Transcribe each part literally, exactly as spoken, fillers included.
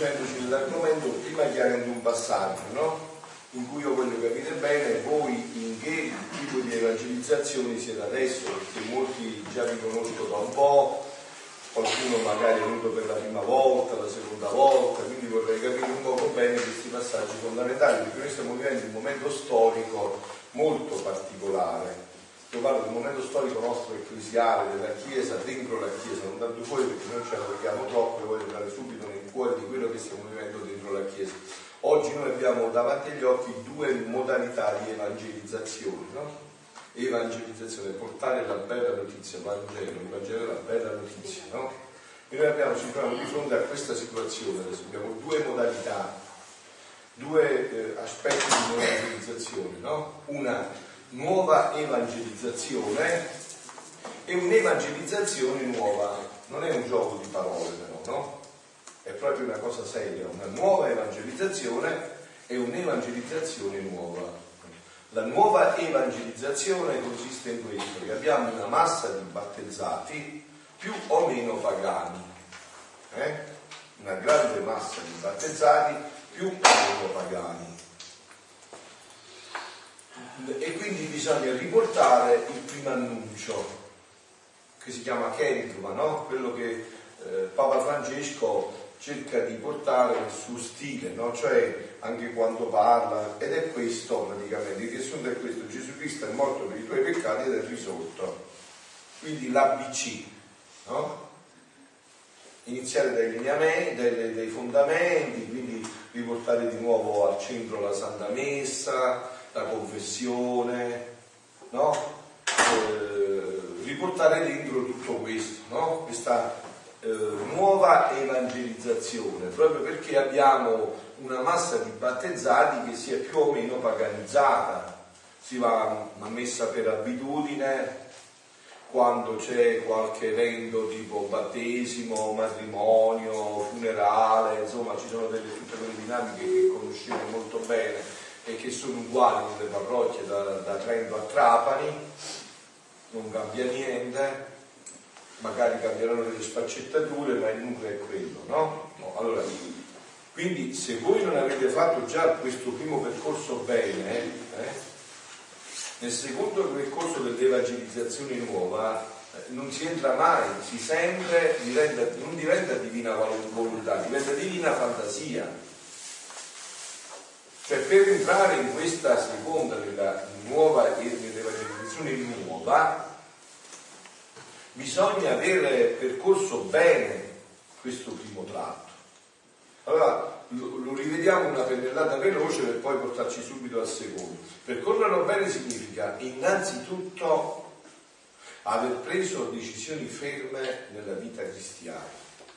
introducendoci nell'argomento, prima chiarendo un passaggio, no? In cui io voglio capire bene voi in che tipo di evangelizzazione siete adesso, perché molti già vi conosco da un po', qualcuno magari è venuto per la prima volta, la seconda volta, quindi vorrei capire un poco bene questi passaggi fondamentali, perché noi stiamo vivendo un momento storico molto particolare. Io parlo del momento storico nostro ecclesiale, della Chiesa, dentro la Chiesa, non tanto fuori, perché noi ce la vogliamo troppo e voglio entrare subito nel cuore di quello che stiamo vivendo dentro la Chiesa. Oggi noi abbiamo davanti agli occhi due modalità di evangelizzazione, no? Evangelizzazione, portare la bella notizia, Vangelo, il Vangelo è la bella notizia, no? E noi abbiamo, ci troviamo di fronte a questa situazione, adesso abbiamo due modalità, due eh, aspetti di evangelizzazione, no? Una nuova evangelizzazione e un'evangelizzazione nuova, non è un gioco di parole però, no? È proprio una cosa seria, una nuova evangelizzazione e un'evangelizzazione nuova. La nuova evangelizzazione consiste in questo, che abbiamo una massa di battezzati più o meno pagani, eh? Una grande massa di battezzati più o meno pagani. E quindi bisogna riportare il primo annuncio, che si chiama Kerygma, no? Quello che eh, Papa Francesco cerca di portare nel suo stile, no? Cioè anche quando parla, ed è questo praticamente, il riassunto è questo: Gesù Cristo è morto per i tuoi peccati ed è risorto. Quindi l'A B C, no? Iniziare dai lineamenti, dai, dai fondamenti, quindi riportare di nuovo al centro la Santa Messa, la confessione, no? Eh, riportare dentro tutto questo, no? Questa eh, nuova evangelizzazione, proprio perché abbiamo una massa di battezzati che si è più o meno paganizzata, si va a messa per abitudine, quando c'è qualche evento tipo battesimo, matrimonio, funerale, insomma ci sono delle, tutte quelle dinamiche che conosciamo molto bene e che sono uguali nelle parrocchie da, da Trento a Trapani, non cambia niente, magari cambieranno delle sfaccettature, ma il nucleo è quello, no? No, allora, quindi se voi non avete fatto già questo primo percorso bene, eh, nel secondo percorso dell'evangelizzazione nuova eh, non si entra mai, si sente, diventa, non diventa divina volontà, diventa divina fantasia. Cioè per entrare in questa seconda, nella nuova evangelizzazione nuova, bisogna avere percorso bene questo primo tratto. Allora lo, lo rivediamo una pennellata veloce per poi portarci subito al secondo. Percorrerlo bene significa innanzitutto aver preso decisioni ferme nella vita cristiana,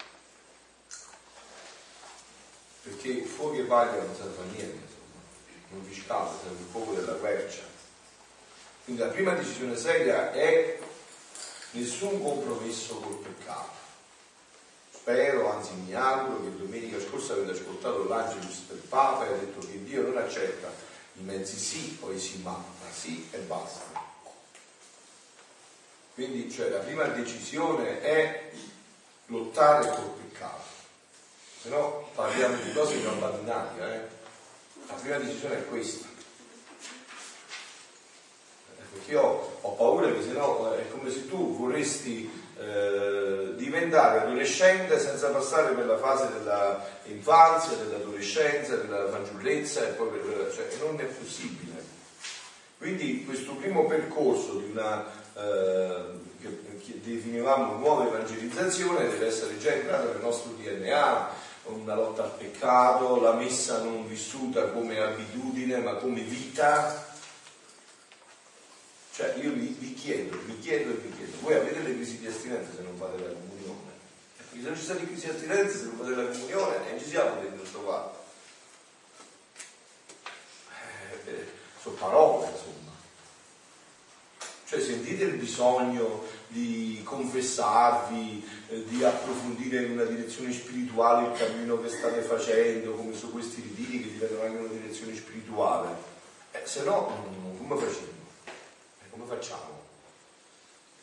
perché fuochi e paglia non serve a niente, non vi scava, serve il fuoco della quercia. Quindi la prima decisione seria è nessun compromesso col peccato. Spero, anzi mi auguro, che domenica scorsa avete ascoltato l'Angelus del Papa e ha detto che Dio non accetta i mezzi sì o i sì ma, ma sì e basta. Quindi cioè, la prima decisione è lottare col peccato, se no parliamo di cose campaniliari, eh? La prima decisione è questa. Perché io ho paura che se no è come se tu vorresti eh, diventare adolescente senza passare per la fase dell'infanzia, dell'adolescenza, della fanciullezza e poi per, cioè, non è possibile. Quindi questo primo percorso di una eh, che, che definivamo nuova evangelizzazione deve essere già entrata nel nostro D N A, una lotta al peccato, la messa non vissuta come abitudine ma come vita. Cioè io vi, vi chiedo, vi chiedo e vi chiedo, voi avete le crisi di astinenza se non fate la comunione? Se non ci sono le crisi di astinenza se non fate la comunione non ci siamo dentro questo qua. Eh, eh, sono parole, insomma. Cioè sentite il bisogno di confessarvi, eh, di approfondire in una direzione spirituale il cammino che state facendo, come su questi ritiri che diventano anche una direzione spirituale. Eh, se no, come facciamo? Come facciamo?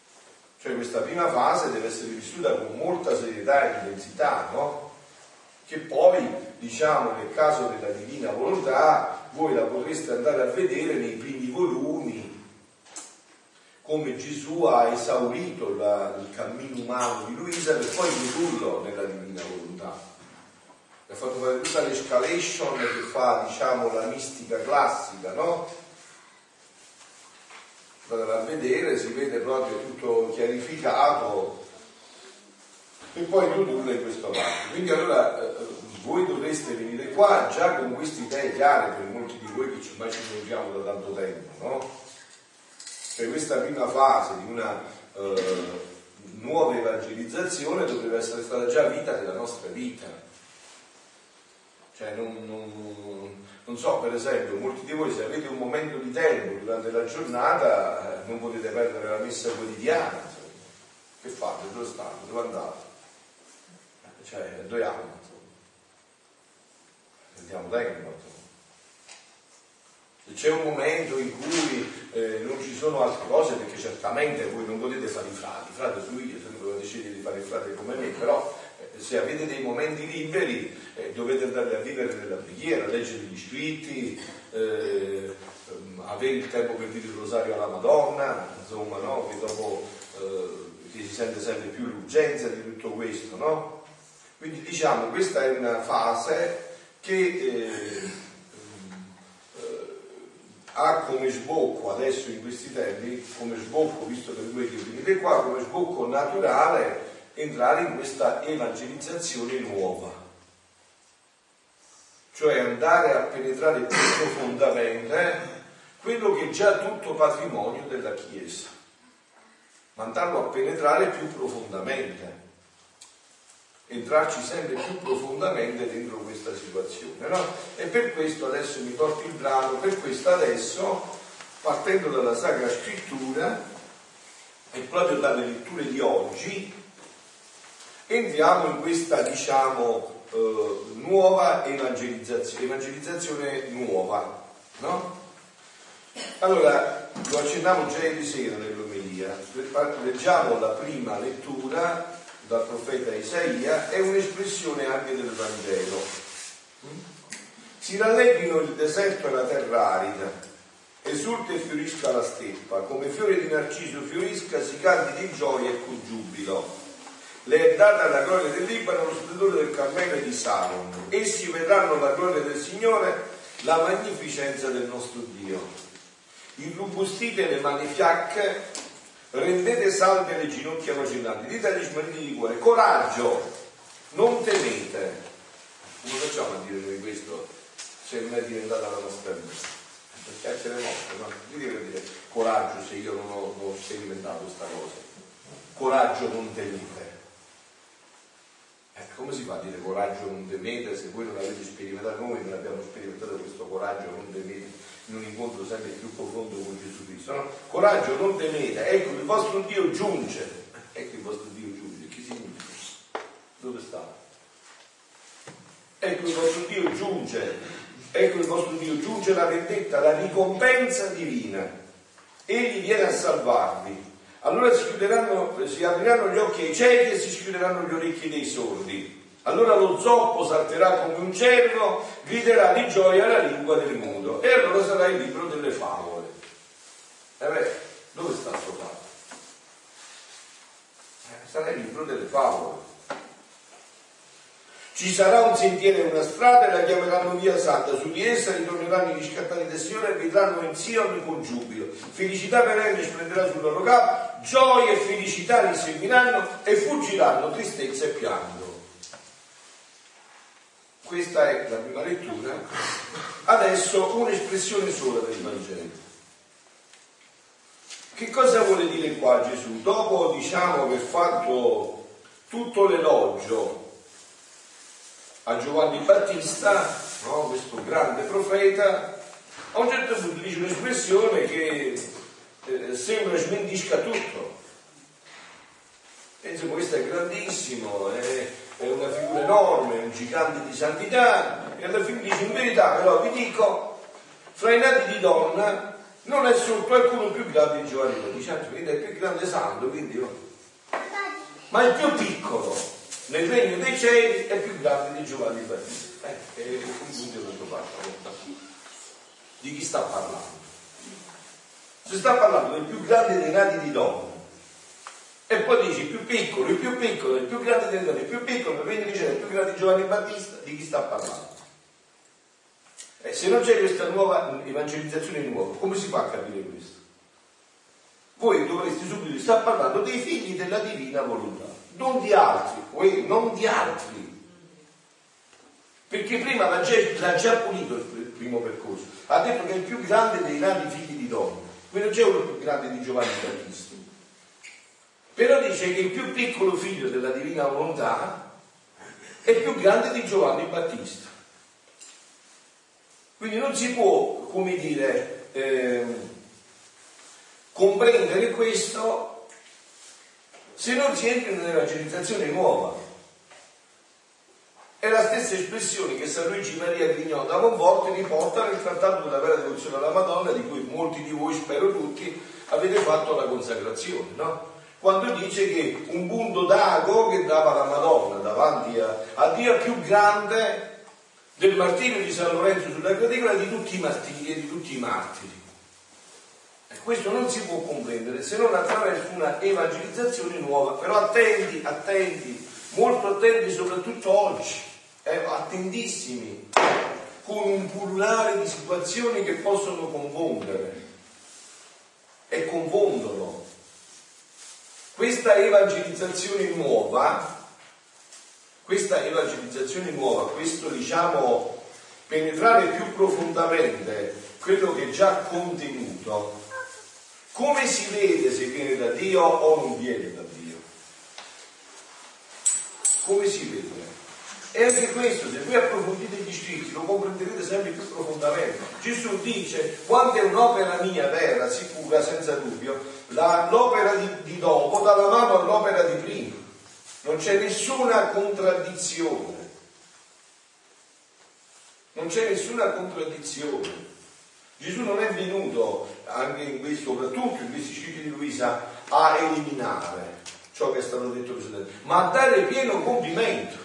Cioè questa prima fase deve essere vissuta con molta serietà e intensità, no? che poi, diciamo, nel caso della Divina Volontà, voi la potreste andare a vedere nei primi volumi, come Gesù ha esaurito la, il cammino umano di Luisa per poi ridurlo nella Divina Volontà. Ha fatto fare tutta l'escalation che fa, diciamo, la mistica classica, no? Andate a vedere, si vede proprio tutto chiarificato e poi ridurlo in questo fatto. Quindi allora eh, voi dovreste venire qua già con queste idee chiare per molti di voi che ormai ci conosciamo da tanto tempo, no? Cioè questa prima fase di una eh, nuova evangelizzazione dovrebbe essere stata già vita della nostra vita. Cioè non, non, non so, per esempio, molti di voi se avete un momento di tempo durante la giornata eh, non potete perdere la messa quotidiana. Insomma. Che fate? Dove state? Dove andate? Cioè, dove andiamo? Prendiamo tempo. Insomma. Se c'è un momento in cui eh, non ci sono altre cose, perché certamente voi non potete fare i frati, i frati su io, se non decidete di fare il frate come me, però eh, se avete dei momenti liberi eh, dovete andare a vivere nella preghiera, leggere gli scritti, eh, avere il tempo per dire il rosario alla Madonna, insomma, no? Che dopo eh, che si sente sempre più l'urgenza di tutto questo, no? Quindi diciamo questa è una fase che eh, ha come sbocco adesso in questi tempi, come sbocco, visto per voi che venite qua, come sbocco naturale entrare in questa evangelizzazione nuova, cioè andare a penetrare più profondamente quello che è già tutto patrimonio della Chiesa, ma andarlo a penetrare più profondamente, entrarci sempre più profondamente dentro questa situazione, no? E per questo adesso mi porto il brano, per questo adesso, partendo dalla Sacra Scrittura e proprio dalle letture di oggi, entriamo in questa, diciamo, eh, nuova evangelizzazione, evangelizzazione nuova, no? Allora, lo accennavo già ieri sera nell'omelia, leggiamo la prima lettura dal profeta Isaia, è un'espressione anche del Vangelo. Si rallegrino il deserto e la terra arida, esulta e fiorisca la steppa, come fiore di narciso fiorisca, si canti di gioia e con giubilo. Le è data la gloria del Libano, lo splendore del Carmelo e di Saron. Essi vedranno la gloria del Signore, la magnificenza del nostro Dio. Irrobustite le mani fiacche, rendete salde le ginocchia vacillanti, dite agli smarriti di cuore, coraggio, non temete. Come facciamo a dire noi questo se non è diventata la nostra vita? Perché essere nostre, no? Dite per dire coraggio se io non ho, non ho sperimentato questa cosa. Coraggio, non temete. Eh, come si fa a dire coraggio, non temete se voi non avete sperimentato? Noi non abbiamo sperimentato questo coraggio, non temete, in un incontro sempre più profondo con Gesù Cristo, no? Coraggio, non temete, ecco il vostro Dio giunge. Ecco il vostro Dio giunge. Chi significa? Dove sta? Ecco il vostro Dio giunge, ecco il vostro Dio giunge, la vendetta, la ricompensa divina. Egli viene a salvarvi. Allora si chiuderanno, si apriranno gli occhi ai ciechi e si schiuderanno gli orecchi dei sordi. Allora lo zoppo salterà come un cervo, griderà di gioia la lingua del muto. E allora sarà il libro delle favole. E beh, dove sta sto fatto? Eh, sarà il libro delle favole. Ci sarà un sentiero e una strada e la chiameranno via santa, su di essa ritorneranno i riscattati del Signore e vedranno in Sion con giubilo. Felicità perenne splenderà sul loro capo, gioia e felicità li seguiranno e fuggiranno tristezza e pianto. Questa è la prima lettura. Adesso un'espressione sola del Vangelo. Che cosa vuole dire qua Gesù? Dopo, diciamo, aver fatto tutto l'elogio a Giovanni Battista, no? Questo grande profeta, a un certo punto dice un'espressione che eh, sembra smentisca tutto. Penso che questo è grandissimo, è, è una figura enorme, è un gigante di santità, e alla fine dice in verità però vi dico, fra i nati di donna non è solo qualcuno più grande di Giovanni Battista, quindi è il più grande santo, quindi no. Ma il più piccolo. nel regno dei cieli è più grande di Giovanni il Battista. Eh, e conclude questo fatto. Di chi sta parlando? Si sta parlando del più grande dei nati di donne. E poi dice il più piccolo, il più piccolo, il più grande dei donne, il più piccolo, il regno dei cieli, il più grande di Giovanni Battista. Di chi sta parlando? Eh, se non c'è questa nuova evangelizzazione nuova, come si fa a capire questo? Voi dovreste subito, sta parlando dei figli della divina volontà, non di altri, non di altri. Perché prima l'ha già, l'ha già pulito il primo percorso, ha detto che è il più grande dei nati figli di donne, quindi non c'è uno più grande di Giovanni Battista. Però dice che il più piccolo figlio della divina volontà è più grande di Giovanni Battista. Quindi non si può, come dire, eh, comprendere questo se non si entra in un'evangelizzazione nuova. È la stessa espressione che San Luigi Maria Grignò da volte riporta nel trattato della vera devozione alla Madonna, di cui molti di voi, spero tutti, avete fatto la consacrazione, no? Quando dice che un bundo d'ago che dava la Madonna davanti a, a Dio è più grande del martirio di San Lorenzo sulla graticola di tutti i martiri e di tutti i martiri. E questo non si può comprendere se non attraverso una evangelizzazione nuova. Però attenti, attenti, molto attenti, soprattutto oggi, eh, attentissimi, con un pullulare di situazioni che possono confondere e confondono. Questa evangelizzazione nuova Questa evangelizzazione nuova, questo diciamo penetrare più profondamente quello che è già contenuto, come si vede se viene da Dio o non viene da Dio? Come si vede? E anche questo, se voi approfondite gli scritti, lo comprenderete sempre più profondamente. Gesù dice: quando è un'opera mia vera, sicura, senza dubbio, la, l'opera di, di dopo dà la mano all'opera di prima. Non c'è nessuna contraddizione, non c'è nessuna contraddizione. Gesù non è venuto, anche in questo, soprattutto in questi scritti di Luisa, a eliminare ciò che è stato detto precedente, ma a dare pieno compimento.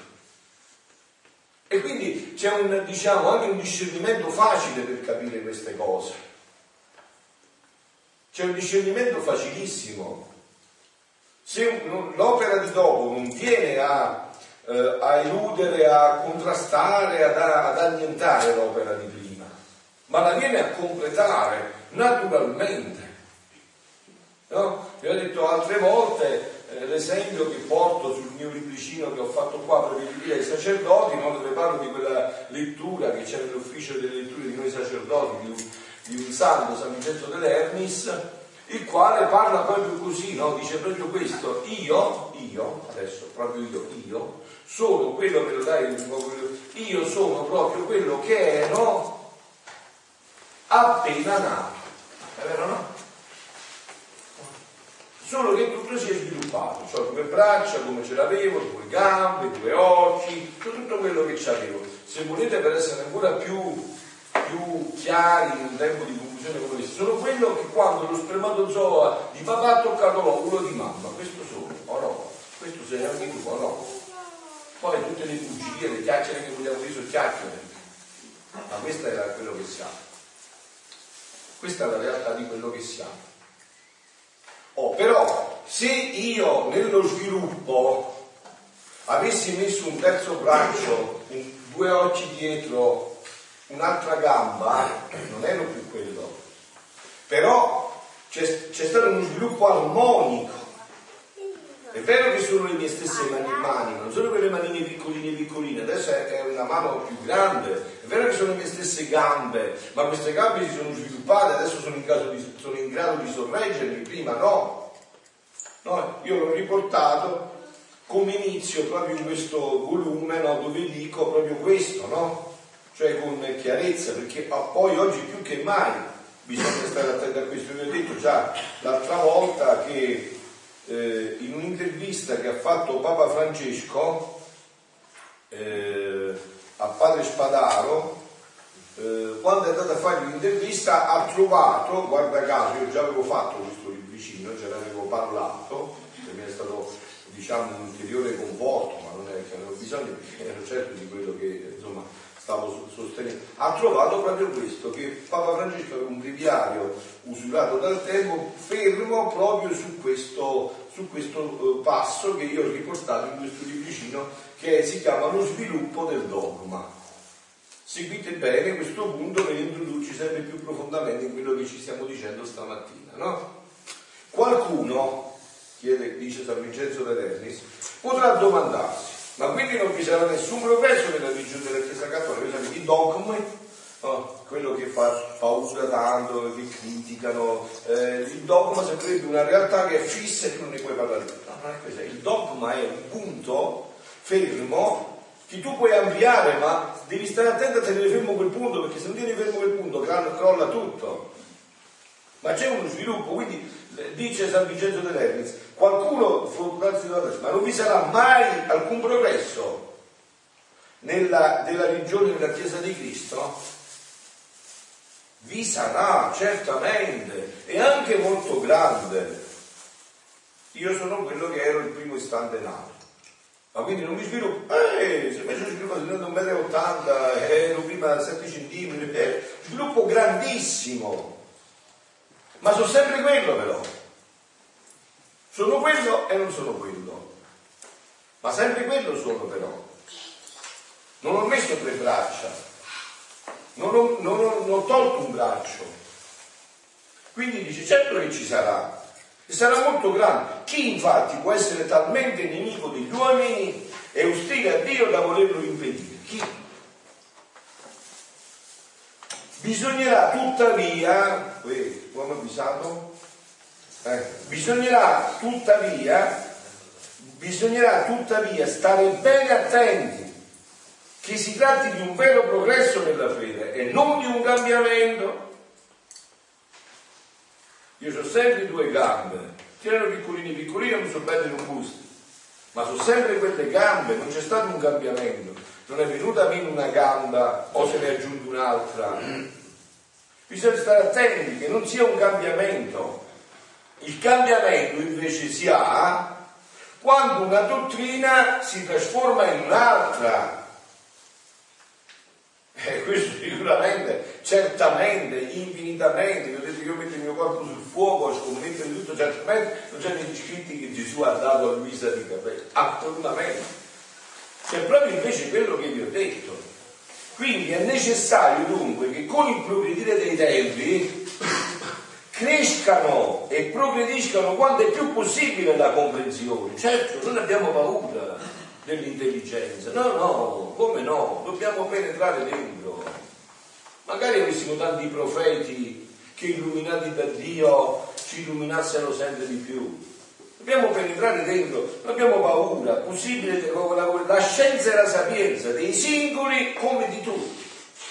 E quindi c'è un, diciamo, anche un discernimento facile per capire queste cose. C'è un discernimento facilissimo. Se l'opera di dopo non viene a, eh, a eludere, a contrastare, ad, ad annientare l'opera di prima, ma la viene a completare naturalmente. No? Vi ho detto altre volte eh, l'esempio che porto sul mio libricino che ho fatto qua per dire ai sacerdoti, no? Dove parlo di quella lettura che c'è nell'ufficio delle letture di noi sacerdoti, di un, di un santo, San Vincenzo dell'Ermis, il quale parla proprio così, no? Dice proprio questo: io, io, adesso proprio io, io, sono quello che lo dai, io sono proprio quello che ero appena nato, è vero, no? Solo che tutto si è sviluppato, cioè due braccia come ce l'avevo, due gambe, due occhi, tutto quello che c'avevo. Se volete, per essere ancora più, più chiari in un tempo di confusione come questo, sono quello che quando lo spermatozoo di papà ha toccato l'ovulo di mamma, questo sono, o no? Questo sei anche tu, o no? Poi tutte le bugie, le chiacchiere che vogliamo dire sono chiacchiere, ma questo era quello che siamo. Questa è la realtà di quello che siamo. Oh, però se io nello sviluppo avessi messo un terzo braccio, un, due occhi dietro, un'altra gamba, non ero più quello. Però c'è, c'è stato uno sviluppo armonico. È vero che sono le mie stesse mani, mani, non sono quelle manine piccoline piccoline, adesso è una mano più grande, è vero che sono le mie stesse gambe, ma queste gambe si sono sviluppate, adesso sono in, caso di, sono in grado di sorreggermi, prima no. no. Io l'ho riportato come inizio proprio in questo volume, no, dove dico proprio questo, no? Cioè con chiarezza, perché poi oggi più che mai bisogna stare attenti a questo. Vi ho detto già l'altra volta che Eh, in un'intervista che ha fatto Papa Francesco eh, a padre Spadaro, eh, quando è andato a fare l'intervista ha trovato, guarda caso, io già avevo fatto questo libricino, già l'avevo parlato, che mi è stato diciamo un ulteriore conforto, ma non è perché avevo bisogno, perché ero certo di quello che insomma stavo sostenendo, ha trovato proprio questo, che Papa Francesco aveva un breviario usurato dal tempo fermo proprio su questo, su questo eh, passo che io ho riportato in questo libricino che si chiama Lo sviluppo del dogma. Seguite bene questo punto per introdurci sempre più profondamente in quello che ci stiamo dicendo stamattina, no? Qualcuno, chiede, dice San Vincenzo de Lernis, potrà domandarsi: ma quindi non vi sarà nessun progresso nella religione della Chiesa Cattolica? I dogmi, no? Quello che fa paura tanto, che criticano, eh, il dogma sembrerebbe una realtà che è fissa e che non ne puoi parlare. No, non è così. Il dogma è un punto fermo che tu puoi ampliare, ma devi stare attento a tenere fermo quel punto, perché se non tieni fermo quel punto crolla tutto. Ma c'è uno sviluppo, quindi dice San Vincenzo de Lernis, qualcuno ma non vi sarà mai alcun progresso nella, nella religione della Chiesa di Cristo? Vi sarà, certamente, e anche molto grande. Io sono quello che ero il primo istante nato. Ma quindi non mi sviluppo, eh, se invece sviluppo diventa un metro e ottanta, eh, ero prima sette centimetri, eh, sviluppo grandissimo. Ma sono sempre quello però. Sono quello e non sono quello. Ma sempre quello sono però. Non ho messo tre braccia. Non ho, non ho, non ho tolto un braccio. Quindi dice, certo che ci sarà. E sarà molto grande. Chi infatti può essere talmente nemico degli uomini e ostile a Dio da volerlo impedire? Chi? Bisognerà tuttavia, eh, come avvisato? Eh, bisognerà tuttavia, bisognerà tuttavia stare bene attenti che si tratti di un vero progresso nella fede e non di un cambiamento. Io ho sempre due gambe, che erano piccolini piccolini, non mi sono belli robusti, ma sono sempre quelle gambe, non c'è stato un cambiamento, non è venuta meno una gamba o se ne è aggiunta un'altra. Bisogna stare attenti che non sia un cambiamento. Il cambiamento invece si ha quando una dottrina si trasforma in un'altra. E questo sicuramente, certamente, infinitamente. Vedete che io metto il mio corpo sul fuoco, scommetto di tutto, certamente non c'è negli scritti che Gesù ha dato a Luisa di capelli, assolutamente. C'è proprio invece quello che vi ho detto. Quindi è necessario dunque che con il progredire dei tempi crescano e progrediscano quanto è più possibile la comprensione. Certo, non abbiamo paura dell'intelligenza, no, no, come no? Dobbiamo penetrare dentro. Magari avessimo tanti profeti che illuminati da Dio ci illuminassero sempre di più. Dobbiamo penetrare dentro, non abbiamo paura, possibile la scienza e la sapienza dei singoli come di tutti,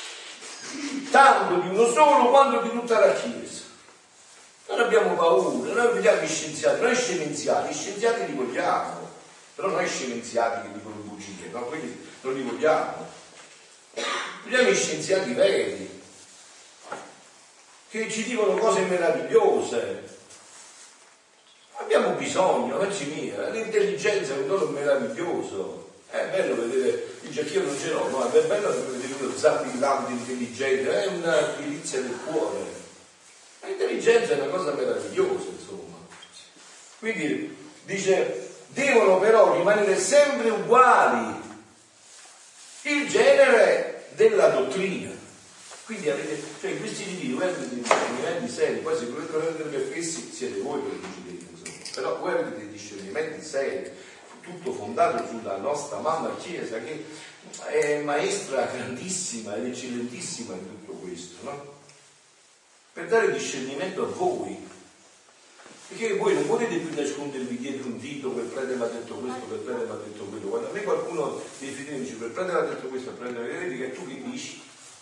tanto di uno solo quanto di tutta la Chiesa. Non abbiamo paura, noi vediamo gli scienziati, noi scienziati, gli scienziati li vogliamo, però noi scienziati che dicono bugie, no? Quelli non li vogliamo. Vogliamo gli scienziati veri, che ci dicono cose meravigliose. Abbiamo bisogno, amici miei, l'intelligenza è un dono meraviglioso. È bello vedere, dice che io non ce l'ho, no? È bello vedere uno zappillante intelligente, è una delizia del cuore. L'intelligenza è una cosa meravigliosa, insomma. Quindi dice, devono però rimanere sempre uguali il genere della dottrina. Quindi avete, cioè in questi libri, voi avete dei discernimenti seri, poi se volete prendere per fessi siete voi che lo decidete, insomma. Però voi avete dei discernimenti seri, tutto fondato sulla nostra mamma Chiesa, che è maestra grandissima ed eccellentissima in tutto questo, no? Per dare discernimento a voi, perché voi non potete più nascondervi dietro un dito, quel prete mi ha detto questo, quel prete mi ha detto quello. Quando a me qualcuno dei fedeli dice quel prete mi ha detto questo, quel prete mi ha detto quello, che tu che dici?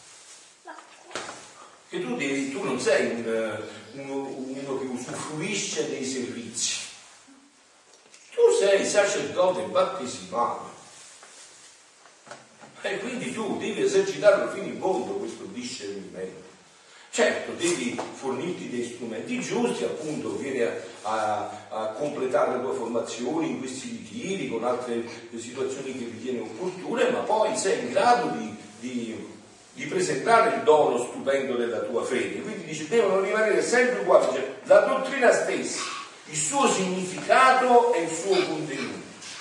Che tu, devi, tu non sei un, uno, uno che usufruisce dei servizi, tu sei sacerdote battesimale e quindi tu devi esercitarlo fino in fondo questo discernimento. Certo, devi fornirti dei strumenti giusti, appunto vieni a, a, a completare le tue formazioni in questi ritiri con altre situazioni che ritieni opportune, ma poi sei in grado di, di, di presentare il dono stupendo della tua fede. Quindi dice, devono rimanere sempre uguali, cioè, la dottrina stessa, il suo significato e il suo contenuto.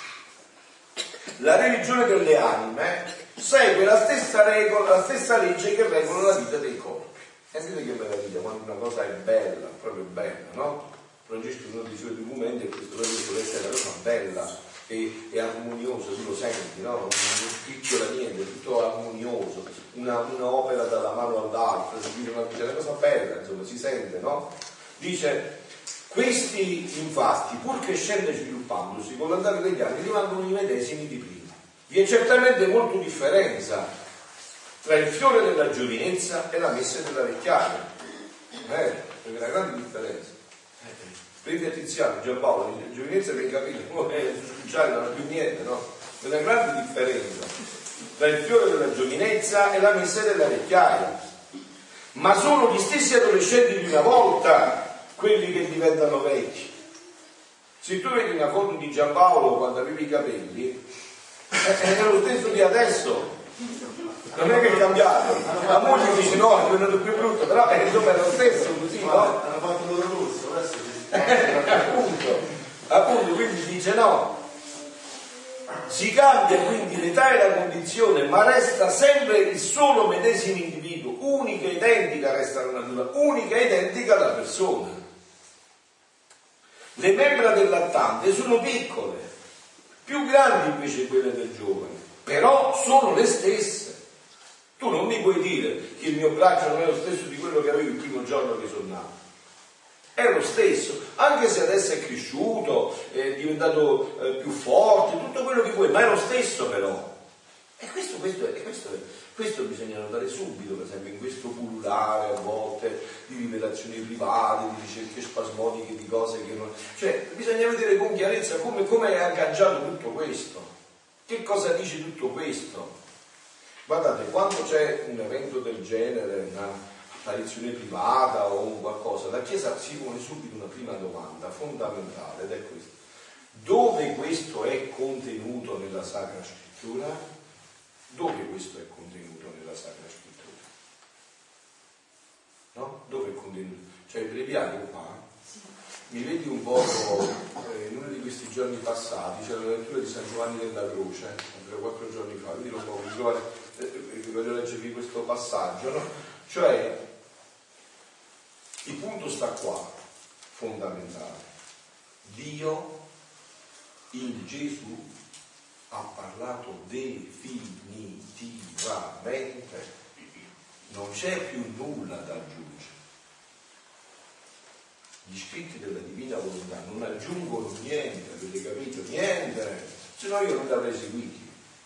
La religione delle anime segue la stessa regola, la stessa legge che regola la vita dei corpi. Sentite che meraviglia, quando una cosa è bella, proprio bella, no? Francesco, uno dei suoi documenti, e questo proprio suole essere una cosa bella e, e armoniosa, tu lo senti, no? Non spicciola niente, tutto armonioso, una, un'opera dalla mano all'altra, una, una cosa bella, insomma, si sente, no? Dice, questi infatti, pur crescendo e sviluppandosi, con l'andare degli anni rimangono i medesimi di prima. Vi è certamente molta differenza tra il fiore della giovinezza e la messa della vecchiaia. Eh, è una grande differenza. Prendi a Tiziano, Giampaolo, la giovinezza per capire, non è speciale, non ha più niente, no? È una grande differenza tra il fiore della giovinezza e la messa della vecchiaia. Ma sono gli stessi adolescenti di una volta quelli che diventano vecchi. Se tu vedi una foto di Giampaolo quando avevi i capelli, è lo stesso di adesso. Non è che è cambiato, la moglie dice no, è venuto più brutto, però è insomma è lo stesso così, no? Hanno fatto l'oro rosso, adesso appunto, appunto, quindi dice no. Si cambia quindi l'età e la condizione, ma resta sempre il solo medesimo individuo, unica e identica resta la natura, unica e identica la persona. Le membra del lattante sono piccole, più grandi invece quelle del giovane, però sono le stesse. Tu non mi puoi dire che il mio braccio non è lo stesso di quello che avevo il primo giorno che sono nato. È lo stesso, anche se adesso è cresciuto, è diventato eh, più forte, tutto quello che vuoi, ma è lo stesso però. E questo, questo, è, questo, è, questo bisogna notare subito, per esempio, in questo pullulare a volte di rivelazioni private, di ricerche spasmodiche, di cose che non... Cioè, bisogna vedere con chiarezza come, come è agganciato tutto questo. Che cosa dice tutto questo? Guardate, quando c'è un evento del genere, una apparizione privata o un qualcosa, la Chiesa si pone subito una prima domanda fondamentale ed è questa: dove questo è contenuto nella Sacra Scrittura? Dove questo è contenuto nella Sacra Scrittura? No? Dove è contenuto? Cioè il breviario qua, mi vedi un po' eh, in uno di questi giorni passati, c'era la lettura di San Giovanni della Croce, tre o quattro giorni fa, vedi un po', voglio, eh, voglio leggervi questo passaggio, no? Cioè il punto sta qua, fondamentale. Dio in Gesù ha parlato definitivamente, non c'è più nulla da aggiungere. Gli scritti della divina volontà non aggiungono niente, avete capito? Niente, se no io non li avrei seguiti.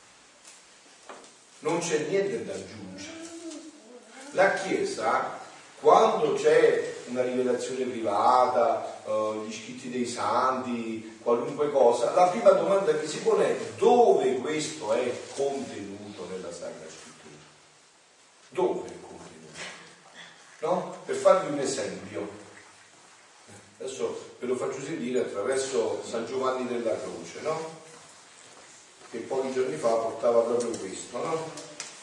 Non c'è niente da aggiungere. La Chiesa, quando c'è una rivelazione privata, uh, gli scritti dei santi, qualunque cosa, la prima domanda che si pone è: dove questo è contenuto nella Sacra Scrittura? Dove è contenuto? No? Per farvi un esempio, adesso ve lo faccio sentire attraverso San Giovanni della Croce, no? Che pochi giorni fa portava proprio questo, no?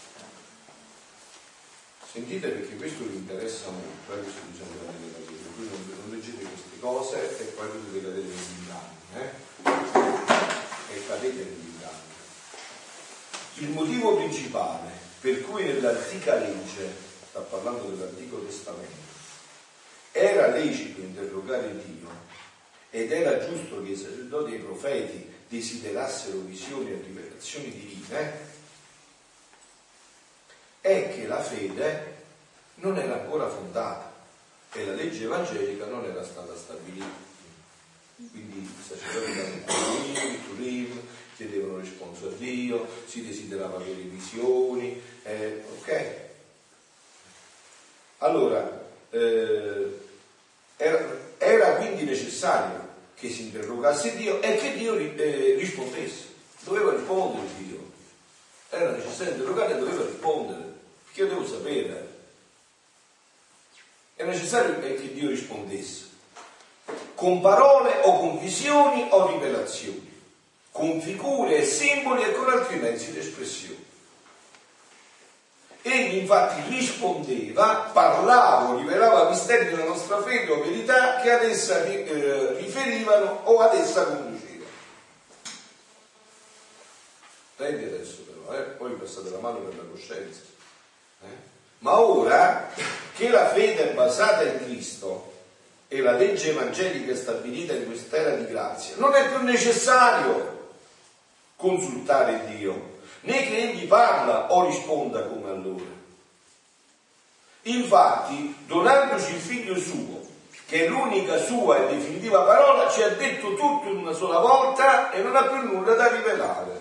Sentite, perché questo vi interessa molto, eh, questo bisogna vedere da vedere, voi non, non leggete queste cose e poi potete cadere negli inganni, eh? E cadete negli inganni. Il motivo principale per cui nell'antica legge, sta parlando dell'Antico Testamento, era lecito interrogare Dio ed era giusto che i sacerdoti e i profeti desiderassero visioni e rivelazioni divine, è che la fede non era ancora fondata e la legge evangelica non era stata stabilita. Quindi i sacerdoti erano Turim, Turim, chiedevano responso a Dio, si desiderava avere visioni, eh, ok? Allora, eh, era, era quindi necessario che si interrogasse Dio e che Dio eh, rispondesse. Doveva rispondere Dio. Era necessario interrogare e doveva rispondere. Perché io devo sapere. necessario è che Dio rispondesse, con parole o con visioni o rivelazioni, con figure e simboli e con altri mezzi di espressione. Egli infatti rispondeva, parlava o rivelava misteri della nostra fede o verità che ad essa eh, riferivano o ad essa conduceva. Prendi adesso però, eh? Poi passate la mano per la coscienza. Eh? Ma ora che la fede è basata in Cristo e la legge evangelica è stabilita in quest'era di grazia, non è più necessario consultare Dio, né che egli parla o risponda come allora. Infatti, donandoci il figlio suo, che è l'unica sua e definitiva parola, ci ha detto tutto in una sola volta e non ha più nulla da rivelare.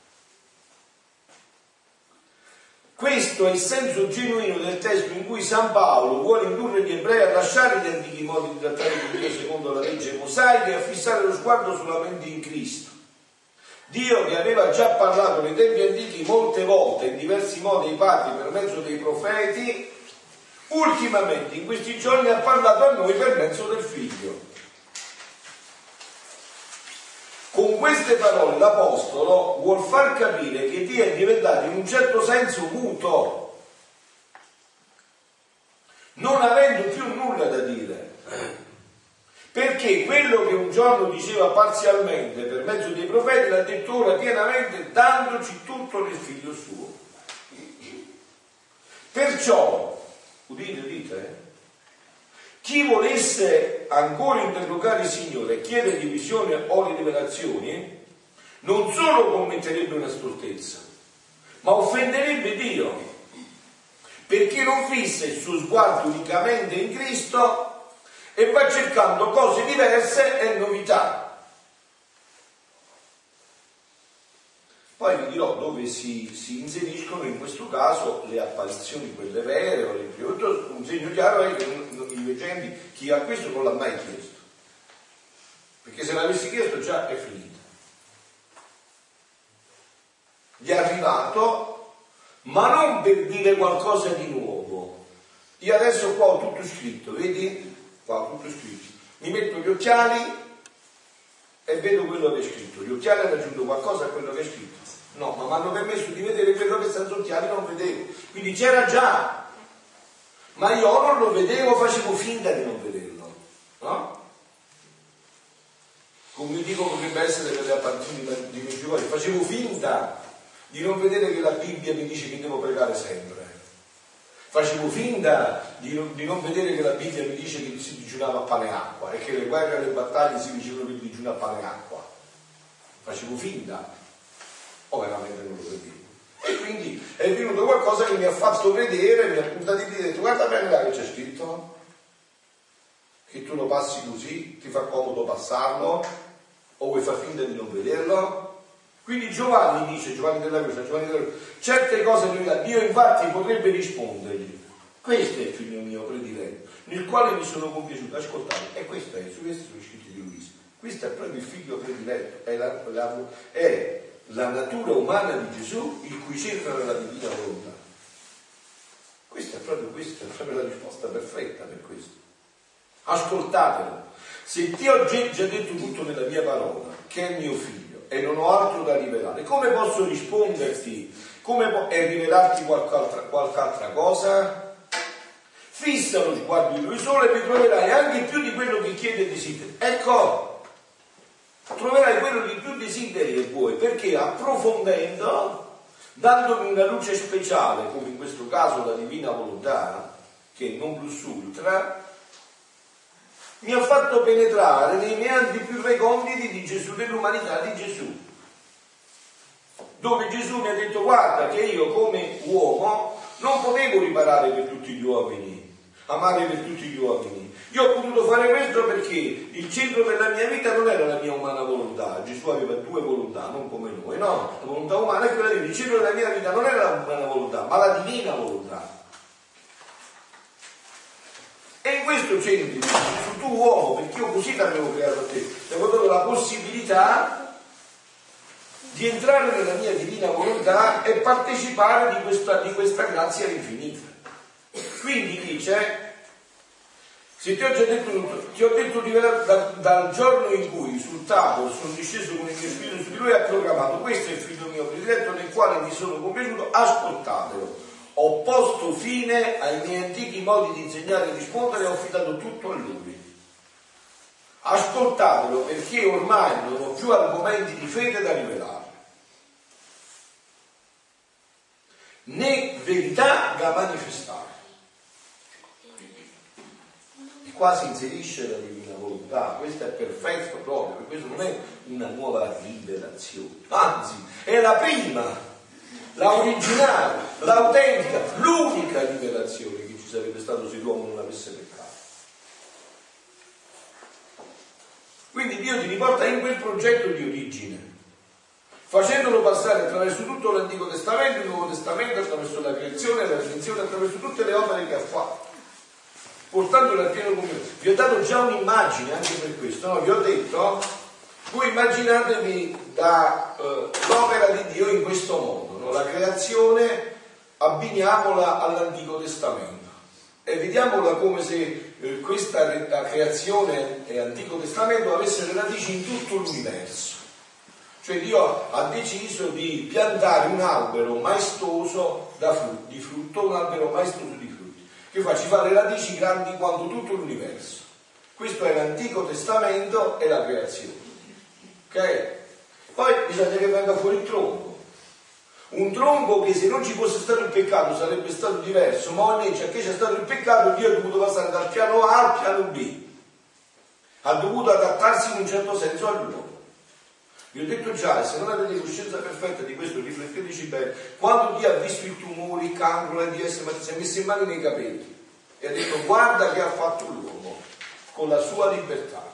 Questo è il senso genuino del testo in cui San Paolo vuole indurre gli ebrei a lasciare gli antichi modi di trattare con Dio secondo la legge mosaica e a fissare lo sguardo solamente in Cristo. Dio, che aveva già parlato nei tempi antichi molte volte in diversi modi ai padri per mezzo dei profeti, ultimamente in questi giorni ha parlato a noi per mezzo del Figlio. Con queste parole l'Apostolo vuol far capire che Dio è diventato in un certo senso muto, non avendo più nulla da dire, perché quello che un giorno diceva parzialmente per mezzo dei profeti l'ha detto ora pienamente, dandoci tutto nel Figlio suo. Perciò, udite, udite, eh? Chi volesse ancora interrogare il Signore e chiedergli visioni o rivelazioni, non solo commetterebbe una stoltezza, ma offenderebbe Dio, perché non fissa il suo sguardo unicamente in Cristo e va cercando cose diverse e novità. Poi vi dirò dove si, si inseriscono in questo caso le apparizioni, quelle vere o le più. Un segno chiaro è che i leggenti, chi ha questo non l'ha mai chiesto, perché se l'avessi chiesto già è finita. Gli è arrivato, ma non per dire qualcosa di nuovo. Io adesso qua ho tutto scritto, vedi? Qua ho tutto scritto. Mi metto gli occhiali e vedo quello che è scritto. Gli occhiali hanno aggiunto qualcosa a quello che è scritto? No, ma mi hanno permesso di vedere quello che senza occhiali non vedevo. Quindi c'era già, ma io non lo vedevo, facevo finta di non vederlo, no? Come io dico potrebbe essere per le apparizioni di Medjugorje, facevo finta di non vedere che la Bibbia mi dice che devo pregare sempre. Facevo finta di non, di non vedere che la Bibbia mi dice che si digiunava a pane e acqua e che le guerre e le battaglie si dicevano per digiunare a pane e acqua. Facevo finta, o veramente non lo vedevo. E quindi è venuto qualcosa che mi ha fatto vedere, mi ha puntato di dire, guarda bene là che c'è scritto, che tu lo passi così, ti fa comodo passarlo, o vuoi far finta di non vederlo. Quindi Giovanni dice, Giovanni della Croce, Giovanni della Croce, certe cose che Dio infatti potrebbe rispondergli. Questo è il figlio mio prediletto, nel quale mi sono compiaciuto. Ascoltate, e questo è, su questo sono i scritti di Luisa. Questo è proprio il figlio prediletto, è la, la, è la natura umana di Gesù, il cui centro è la divina volontà. Questa è proprio questa, è proprio la risposta perfetta per questo. Ascoltatelo. Se ti ho già detto tutto nella mia parola, che è mio figlio, e non ho altro da rivelare, come posso risponderti? Come po- e rivelarti qualche altra, qualche altra cosa? Fissa lo sguardo in lui solo e mi troverai anche più di quello che chiede e desideri. Ecco, troverai quello di più desideri che vuoi, perché approfondendo, dandomi una luce speciale, come in questo caso la divina volontà, che non plus ultra, mi ha fatto penetrare nei meandri più reconditi di Gesù, dell'umanità di Gesù, dove Gesù mi ha detto guarda che io come uomo non potevo riparare per tutti gli uomini, amare per tutti gli uomini. Io ho potuto fare questo perché il centro della mia vita non era la mia umana volontà. Gesù aveva due volontà, non come noi, no? La volontà umana è quella di Dio. Il centro della mia vita non era la umana volontà, ma la divina volontà. E in questo centro, su tu uomo, perché io così ti avevo creato a te, ti avevo dato la possibilità di entrare nella mia divina volontà e partecipare di questa, di questa grazia infinita. Quindi dice, Se ti ho già detto tutto, ti ho detto di da, dal giorno in cui sul tavolo sono disceso con il mio spirito su di lui e ha proclamato: questo è il figlio mio prediletto nel quale mi sono compiaciuto, ascoltatelo. Ho posto fine ai miei antichi modi di insegnare e rispondere e ho affidato tutto a lui. Ascoltatelo, perché ormai non ho più argomenti di fede da rivelare, né verità da manifestare. E qua si inserisce la divina volontà, questo è perfetto proprio, perché questo non è una nuova rivelazione, anzi è la prima, la originale, l'autentica, l'unica rivelazione che ci sarebbe stato se l'uomo non avesse peccato. Quindi Dio ti riporta in quel progetto di origine, facendolo passare attraverso tutto l'Antico Testamento, il Nuovo Testamento, attraverso la creazione, la redenzione, attraverso tutte le opere che ha fatto, portandolo al pieno comune. Vi ho dato già un'immagine anche per questo, no? Vi ho detto, voi immaginatevi da, eh, l'opera di Dio in questo modo, no? La creazione abbiniamola all'Antico Testamento e vediamola come se eh, questa la creazione e l'Antico Testamento avessero radici in tutto l'universo. Cioè Dio ha deciso di piantare un albero maestoso da frutto, di frutto, un albero maestoso di frutti, che fa, ci fa le radici grandi quanto tutto l'universo. Questo è l'Antico Testamento e la creazione. Ok? Poi bisogna che venga fuori il tronco. Un tronco che se non ci fosse stato il peccato sarebbe stato diverso, ma invece che c'è stato il peccato Dio ha dovuto passare dal piano A al piano B. Ha dovuto adattarsi in un certo senso all'uomo. Vi ho detto già, se non avete coscienza perfetta di questo, rifletteteci bene. Quando Dio ha visto i tumori, il cancro, la D S, ma si è messo in mano nei capelli e ha detto: guarda che ha fatto l'uomo con la sua libertà.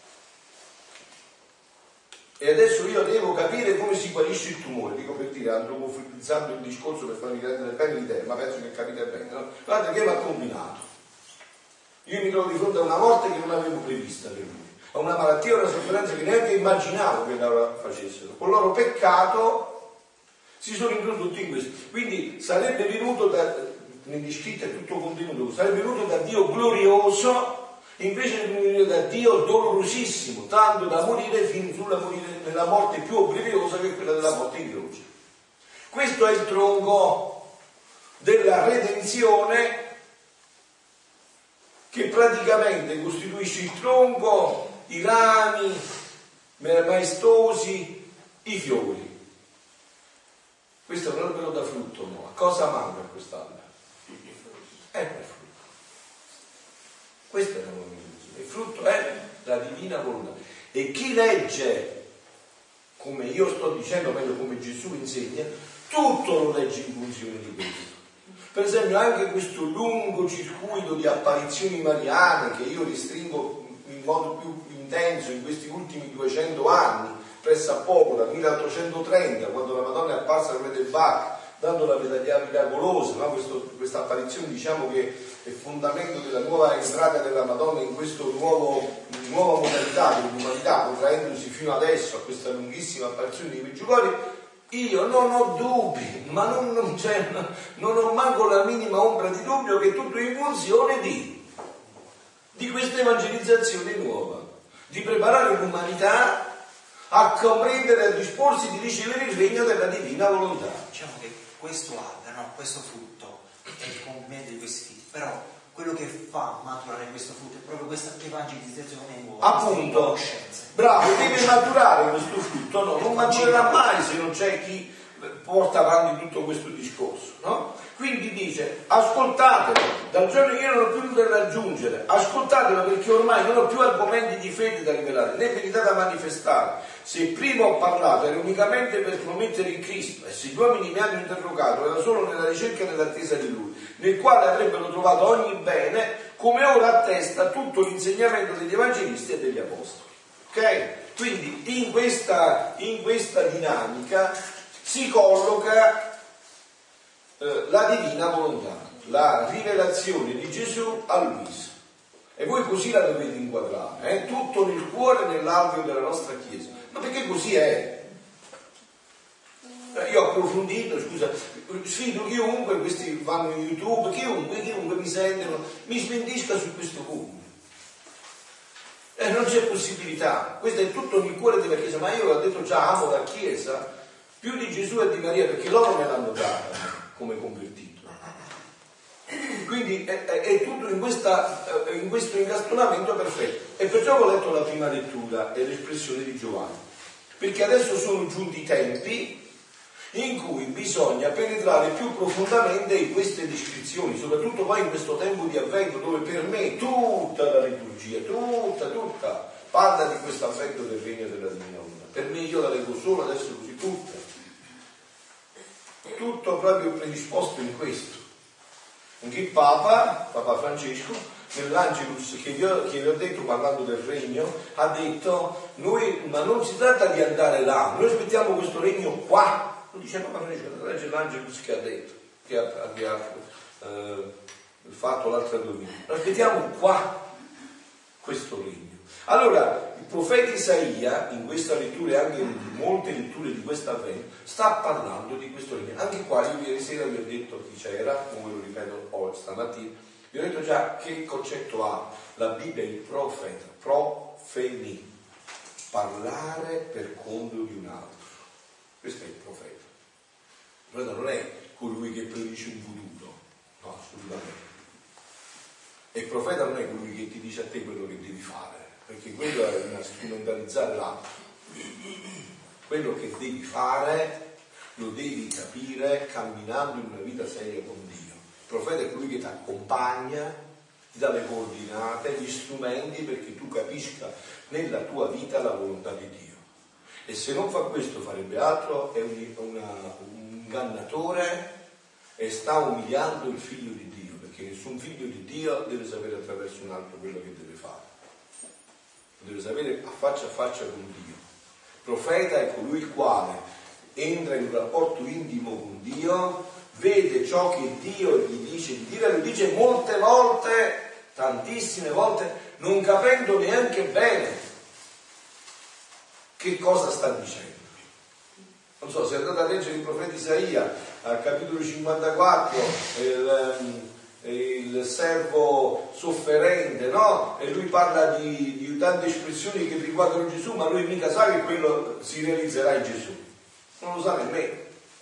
E adesso io devo capire come si guarisce il tumore. Dico per dire, antropofilizzando il discorso per farmi rendere bene l'idea, ma penso che capite bene, no? Guarda che mi ha combinato. Io mi trovo di fronte a una morte che non avevo prevista per lui, a una malattia e una sofferenza che neanche immaginavo che la facessero. Con il loro peccato si sono introdotti in questo. Quindi sarebbe venuto da, negli scritti è tutto contenuto, sarebbe venuto da Dio glorioso invece di venire da Dio dolorosissimo, tanto da morire fino sulla morire nella morte più obbligiosa, che è quella della morte in croce. Questo è il tronco della redenzione, che praticamente costituisce il tronco, i rami maestosi, i fiori. Questo è un albero da frutto, no? A cosa manca quest'albero? È per frutto. Questa è la nuova il frutto è la divina volontà. E chi legge, come io sto dicendo, meglio come Gesù insegna, tutto lo legge in funzione di questo. Per esempio anche questo lungo circuito di apparizioni mariane che io restringo in modo più intenso in questi ultimi duecento anni, presso a poco, dal milleottocentotrenta, quando la Madonna è apparsa al re del Bach, dando la medaglia miracolosa, no? Questo, questa apparizione, diciamo che è fondamento della nuova entrata della Madonna in questa nuova modalità dell'umanità, protraendosi fino adesso a questa lunghissima apparizione di Meggiugorje. Io non ho dubbi, ma non, non, c'è, non ho manco la minima ombra di dubbio che tutto in funzione di, di questa evangelizzazione nuova, di preparare l'umanità a comprendere e a disporsi di ricevere il regno della divina volontà. Diciamo che questo albero, no, questo frutto è il compimento di questi figli, però quello che fa maturare questo frutto è proprio questa evangelizzazione nuova. Appunto, bravo, deve maturare questo frutto, no? Non maturerà mai se non c'è chi porta avanti tutto questo discorso, no? Quindi dice: ascoltatelo, dal giorno che io non ho più nulla da aggiungere, ascoltatelo, perché ormai non ho più argomenti di fede da rivelare, né verità da manifestare. Se prima ho parlato era unicamente per promettere in Cristo, e se gli uomini mi hanno interrogato era solo nella ricerca e nell'attesa di Lui, nel quale avrebbero trovato ogni bene, come ora attesta tutto l'insegnamento degli evangelisti e degli apostoli. Ok? Quindi in questa, in questa dinamica si colloca eh, la divina volontà, la rivelazione di Gesù a Luisa. E voi così la dovete inquadrare, eh? Tutto nel cuore e nell'alveo della nostra Chiesa. Ma perché così è? Io ho approfondito, scusa, sfido chiunque, questi vanno in YouTube, chiunque, chiunque mi sentono, mi smentisca su questo punto. Eh, non c'è possibilità, questo è tutto nel cuore della Chiesa, ma io ho detto già, amo la Chiesa più di Gesù e di Maria, perché loro me l'hanno data come convertito. Quindi è, è, è tutto in, questa, in questo incastonamento perfetto. E perciò ho letto la prima lettura e l'espressione di Giovanni, perché adesso sono giunti i tempi in cui bisogna penetrare più profondamente in queste descrizioni, soprattutto poi in questo tempo di avvento, dove per me tutta la liturgia, tutta, tutta, parla di questo avvento del regno della divina volontà. Per me, io la leggo solo adesso così tutta, tutto proprio predisposto in questo. Anche il Papa, Papa Francesco, nell'Angelus che vi, ho, che vi ho detto parlando del regno, ha detto, noi, ma non si tratta di andare là, noi aspettiamo questo regno qua. Lo dice Papa Francesco, legge l'Angelus che ha detto, che ha, che ha eh, fatto l'altra domenica. Aspettiamo qua questo regno. Allora, il profeta Isaia, in questa lettura e anche in molte letture di questo avvento, sta parlando di questo regno. Anche qua, io ieri sera vi ho detto chi c'era, come lo ripeto oggi, stamattina, vi ho detto già che concetto ha la Bibbia, il profeta, profeni, parlare per conto di un altro. Questo è il profeta. Il profeta non è colui che predice un futuro, no, assolutamente. E il profeta non è colui che ti dice a te quello che devi fare, perché quello è una strumentalizzare l'altro. Quello che devi fare lo devi capire camminando in una vita seria con Dio. Il profeta è colui che ti accompagna, ti dà le coordinate, gli strumenti perché tu capisca nella tua vita la volontà di Dio. E se non fa questo farebbe altro, è un, una, un ingannatore e sta umiliando il figlio di Dio, perché nessun figlio di Dio deve sapere attraverso un altro quello che deve fare. Deve sapere a faccia a faccia con Dio. Il profeta è colui il quale entra in un rapporto intimo con Dio, vede ciò che Dio gli dice di dire, lo dice molte volte, tantissime volte, non capendo neanche bene che cosa sta dicendo. Non so, se andate a leggere il profeta Isaia al capitolo cinquantaquattro, il, il servo sofferente, no? E lui parla di, di tante espressioni che riguardano Gesù, ma lui mica sa che quello si realizzerà in Gesù, non lo sa nemmeno.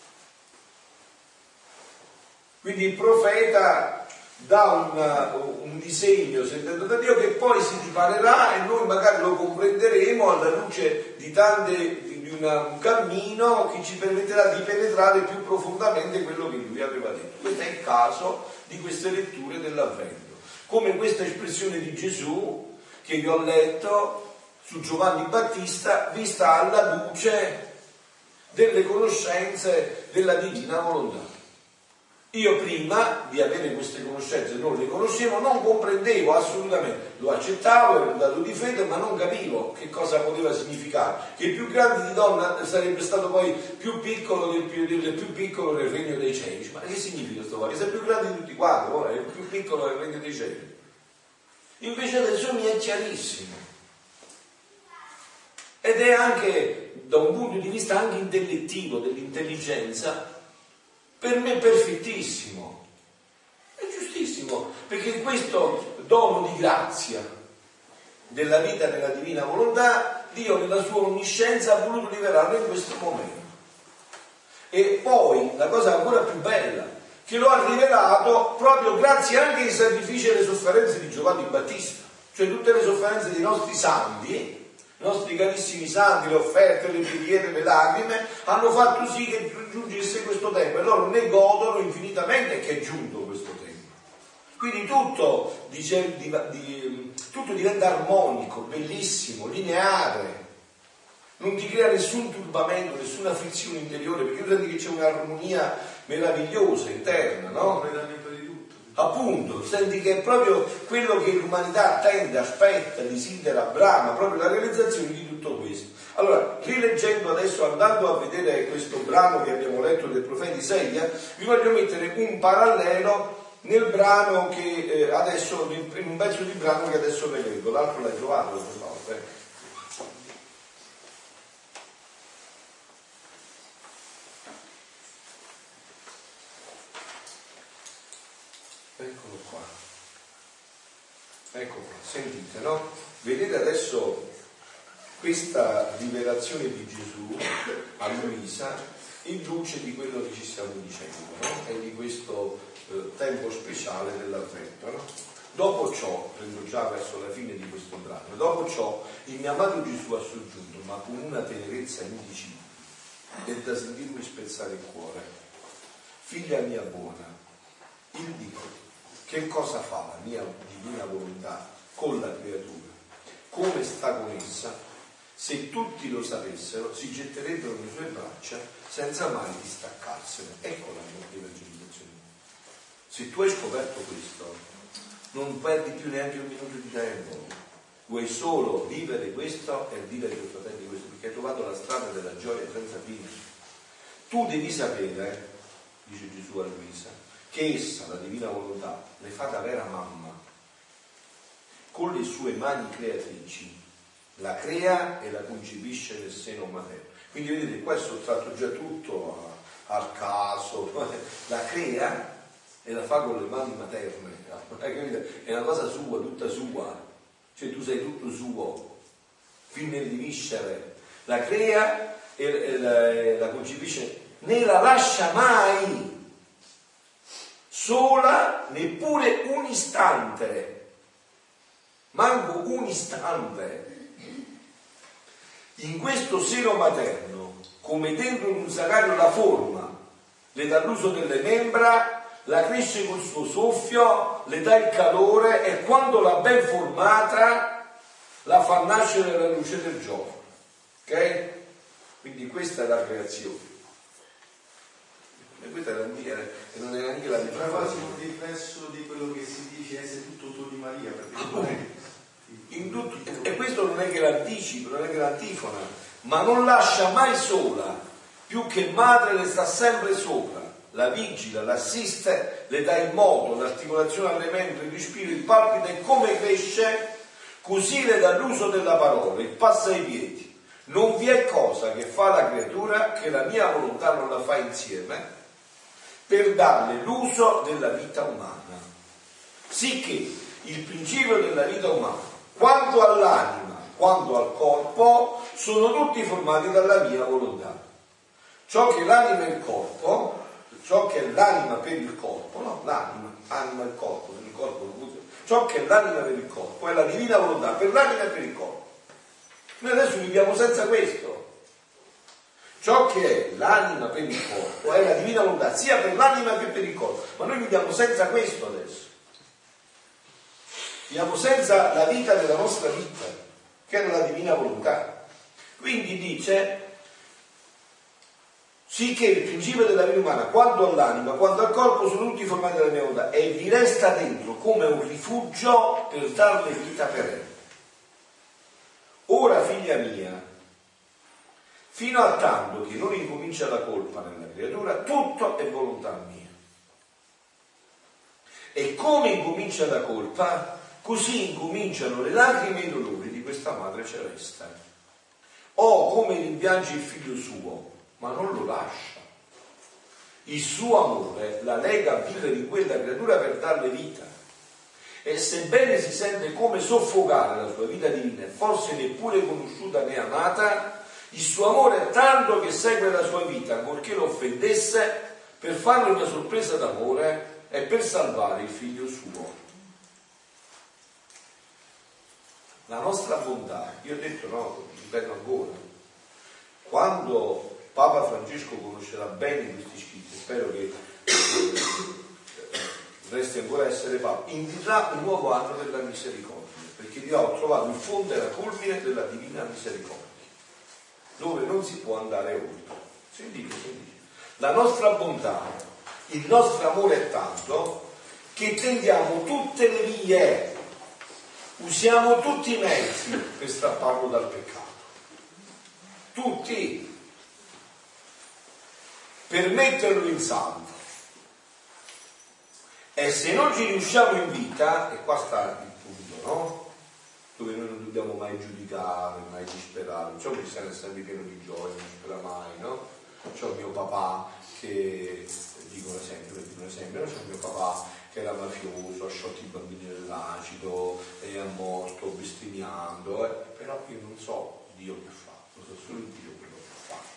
Quindi il profeta dà una, un disegno sentito da Dio che poi si dipanerà e noi magari lo comprenderemo alla luce di tante di una, un cammino che ci permetterà di penetrare più profondamente quello che lui aveva detto. Questo è il caso di queste letture dell'Avvento, come questa espressione di Gesù che vi ho letto su Giovanni Battista vista alla luce delle conoscenze della divina volontà. Io prima di avere queste conoscenze non le conoscevo, non comprendevo assolutamente, lo accettavo, ero un dato di fede, ma non capivo che cosa poteva significare. Che il più grande di donna sarebbe stato poi più piccolo del più, del più piccolo nel regno dei cieli. Ma che significa questo qua? Che sei più grande di tutti quanti, ora è il più piccolo nel regno dei cieli. Invece adesso mi è chiarissimo. Ed è anche, da un punto di vista anche intellettivo, dell'intelligenza, per me perfettissimo, è giustissimo, perché questo dono di grazia della vita nella divina volontà, Dio nella sua onniscienza ha voluto liberarlo in questo momento. E poi la cosa ancora più bella, che lo ha rivelato proprio grazie anche ai sacrifici e alle sofferenze di Giovanni Battista, cioè tutte le sofferenze dei nostri santi, i nostri carissimi santi, le offerte, le preghiere, le lacrime, hanno fatto sì che giungesse questo tempo e loro ne godono infinitamente che è giunto questo tempo. Quindi tutto, dice, di, di, tutto diventa armonico, bellissimo, lineare, non ti crea nessun turbamento, nessuna frizione interiore, perché tu senti che c'è un'armonia meravigliosa interna, no? Appunto, senti che è proprio quello che l'umanità attende, aspetta, desidera, brama, proprio la realizzazione di tutto questo. Allora, rileggendo adesso, andando a vedere questo brano che abbiamo letto del profeta Isaia, vi voglio mettere un parallelo nel brano che eh, adesso, in un pezzo di brano che adesso vi leggo, l'altro l'hai trovato, no, eh. Eccolo qua. Ecco qua, sentite, no? Vedete adesso questa rivelazione di Gesù a Luisa in luce di quello che ci stiamo dicendo, no? E di questo eh, tempo speciale dell'Avvento, no? Dopo ciò, prendo già verso la fine di questo brano, dopo ciò il mio amato Gesù ha soggiunto, ma con una tenerezza indicibile e da sentirmi spezzare il cuore: figlia mia buona, il Dio, che cosa fa la mia divina volontà con la creatura? Come sta con essa? Se tutti lo sapessero, si getterebbero nelle sue braccia senza mai distaccarsene. Ecco la mia evangelizzazione. Se tu hai scoperto questo, non perdi più neanche un minuto di tempo. Vuoi solo vivere questo e dire ai tuoi fratelli questo, perché hai trovato la strada della gioia senza fine. Tu devi sapere, dice Gesù a Luisa, che essa, la divina volontà, le fa da vera mamma, con le sue mani creatrici, la crea e la concepisce nel seno materno. Quindi vedete, qua è sottratto già tutto a, al caso, la crea e la fa con le mani materne, è una cosa sua, tutta sua, cioè tu sei tutto suo, fin nelle viscere, la crea e, e, la, e la concepisce, né la lascia mai sola neppure un istante, manco un istante. In questo seno materno, come dentro in un sacrario la forma, le dà l'uso delle membra, la cresce col suo soffio, le dà il calore e quando l'ha ben formata la fa nascere alla luce del giorno. Ok? Quindi questa è la creazione. E questa è la mia, e non è neanche la mia. È quasi un riflesso di quello che si dice essere tutto tu di Maria, perché non è in tutto, e questo non è che l'anticipo, non è che l'antifona, ma non lascia mai sola, più che madre le sta sempre sopra, la vigila, l'assiste, le dà il moto, l'articolazione alle membra, il respiro, il palpito, e come cresce, così le dà l'uso della parola, il passa ai piedi. Non vi è cosa che fa la creatura che la mia volontà non la fa insieme per darle l'uso della vita umana, sicché il principio della vita umana, quanto all'anima, quanto al corpo, sono tutti formati dalla mia volontà. Ciò che l'anima e il corpo, ciò che è l'anima per il corpo, no, l'anima, anima e il corpo, per il corpo, ciò che è l'anima per il corpo è la divina volontà per l'anima e per il corpo. Noi adesso viviamo senza questo. Ciò che è l'anima per il corpo è la divina volontà sia per l'anima che per il corpo, ma noi viviamo senza questo adesso. Viviamo senza la vita della nostra vita, che è la divina volontà. Quindi dice, sicché il principio della vita umana, quanto all'anima, quanto al corpo, sono tutti formati dalla mia volontà, e vi resta dentro come un rifugio per darle vita perenne. Ora, figlia mia, fino a tanto che non incomincia la colpa nella creatura, tutto è volontà mia. E come incomincia la colpa, così incominciano le lacrime e i dolori di questa madre celeste. O come rimpiange il figlio suo, ma non lo lascia. Il suo amore la lega a vivere in quella creatura per darle vita. E sebbene si sente come soffocare la sua vita divina e forse neppure conosciuta né amata, il suo amore è tanto che segue la sua vita, ancorché lo offendesse, per farle una sorpresa d'amore e per salvare il figlio suo. La nostra bontà, io ho detto, no, ripeto ancora, quando Papa Francesco conoscerà bene questi scritti, spero che eh, resti ancora a essere Papa, indirà un nuovo anno della misericordia, perché io ho trovato il fondo e la culmine della divina misericordia, dove non si può andare oltre. Sentite, sentite. La nostra bontà, il nostro amore è tanto che tendiamo tutte le vie, usiamo tutti i mezzi per strapparlo dal peccato. Tutti. Per metterlo in salvo. E se non ci riusciamo in vita, e qua sta il punto, no? Dove noi non dobbiamo mai giudicare, mai disperare. C'è un cristiano sempre pieno di gioia, non dispera mai, no? C'è il mio papà che, dicono sempre, dicono sempre, no? C'è il mio papà che era mafioso, ha sciolto i bambini nell'acido, è morto bestemmiando, eh. Però io non so Dio che fa, lo so solo Dio quello che fa.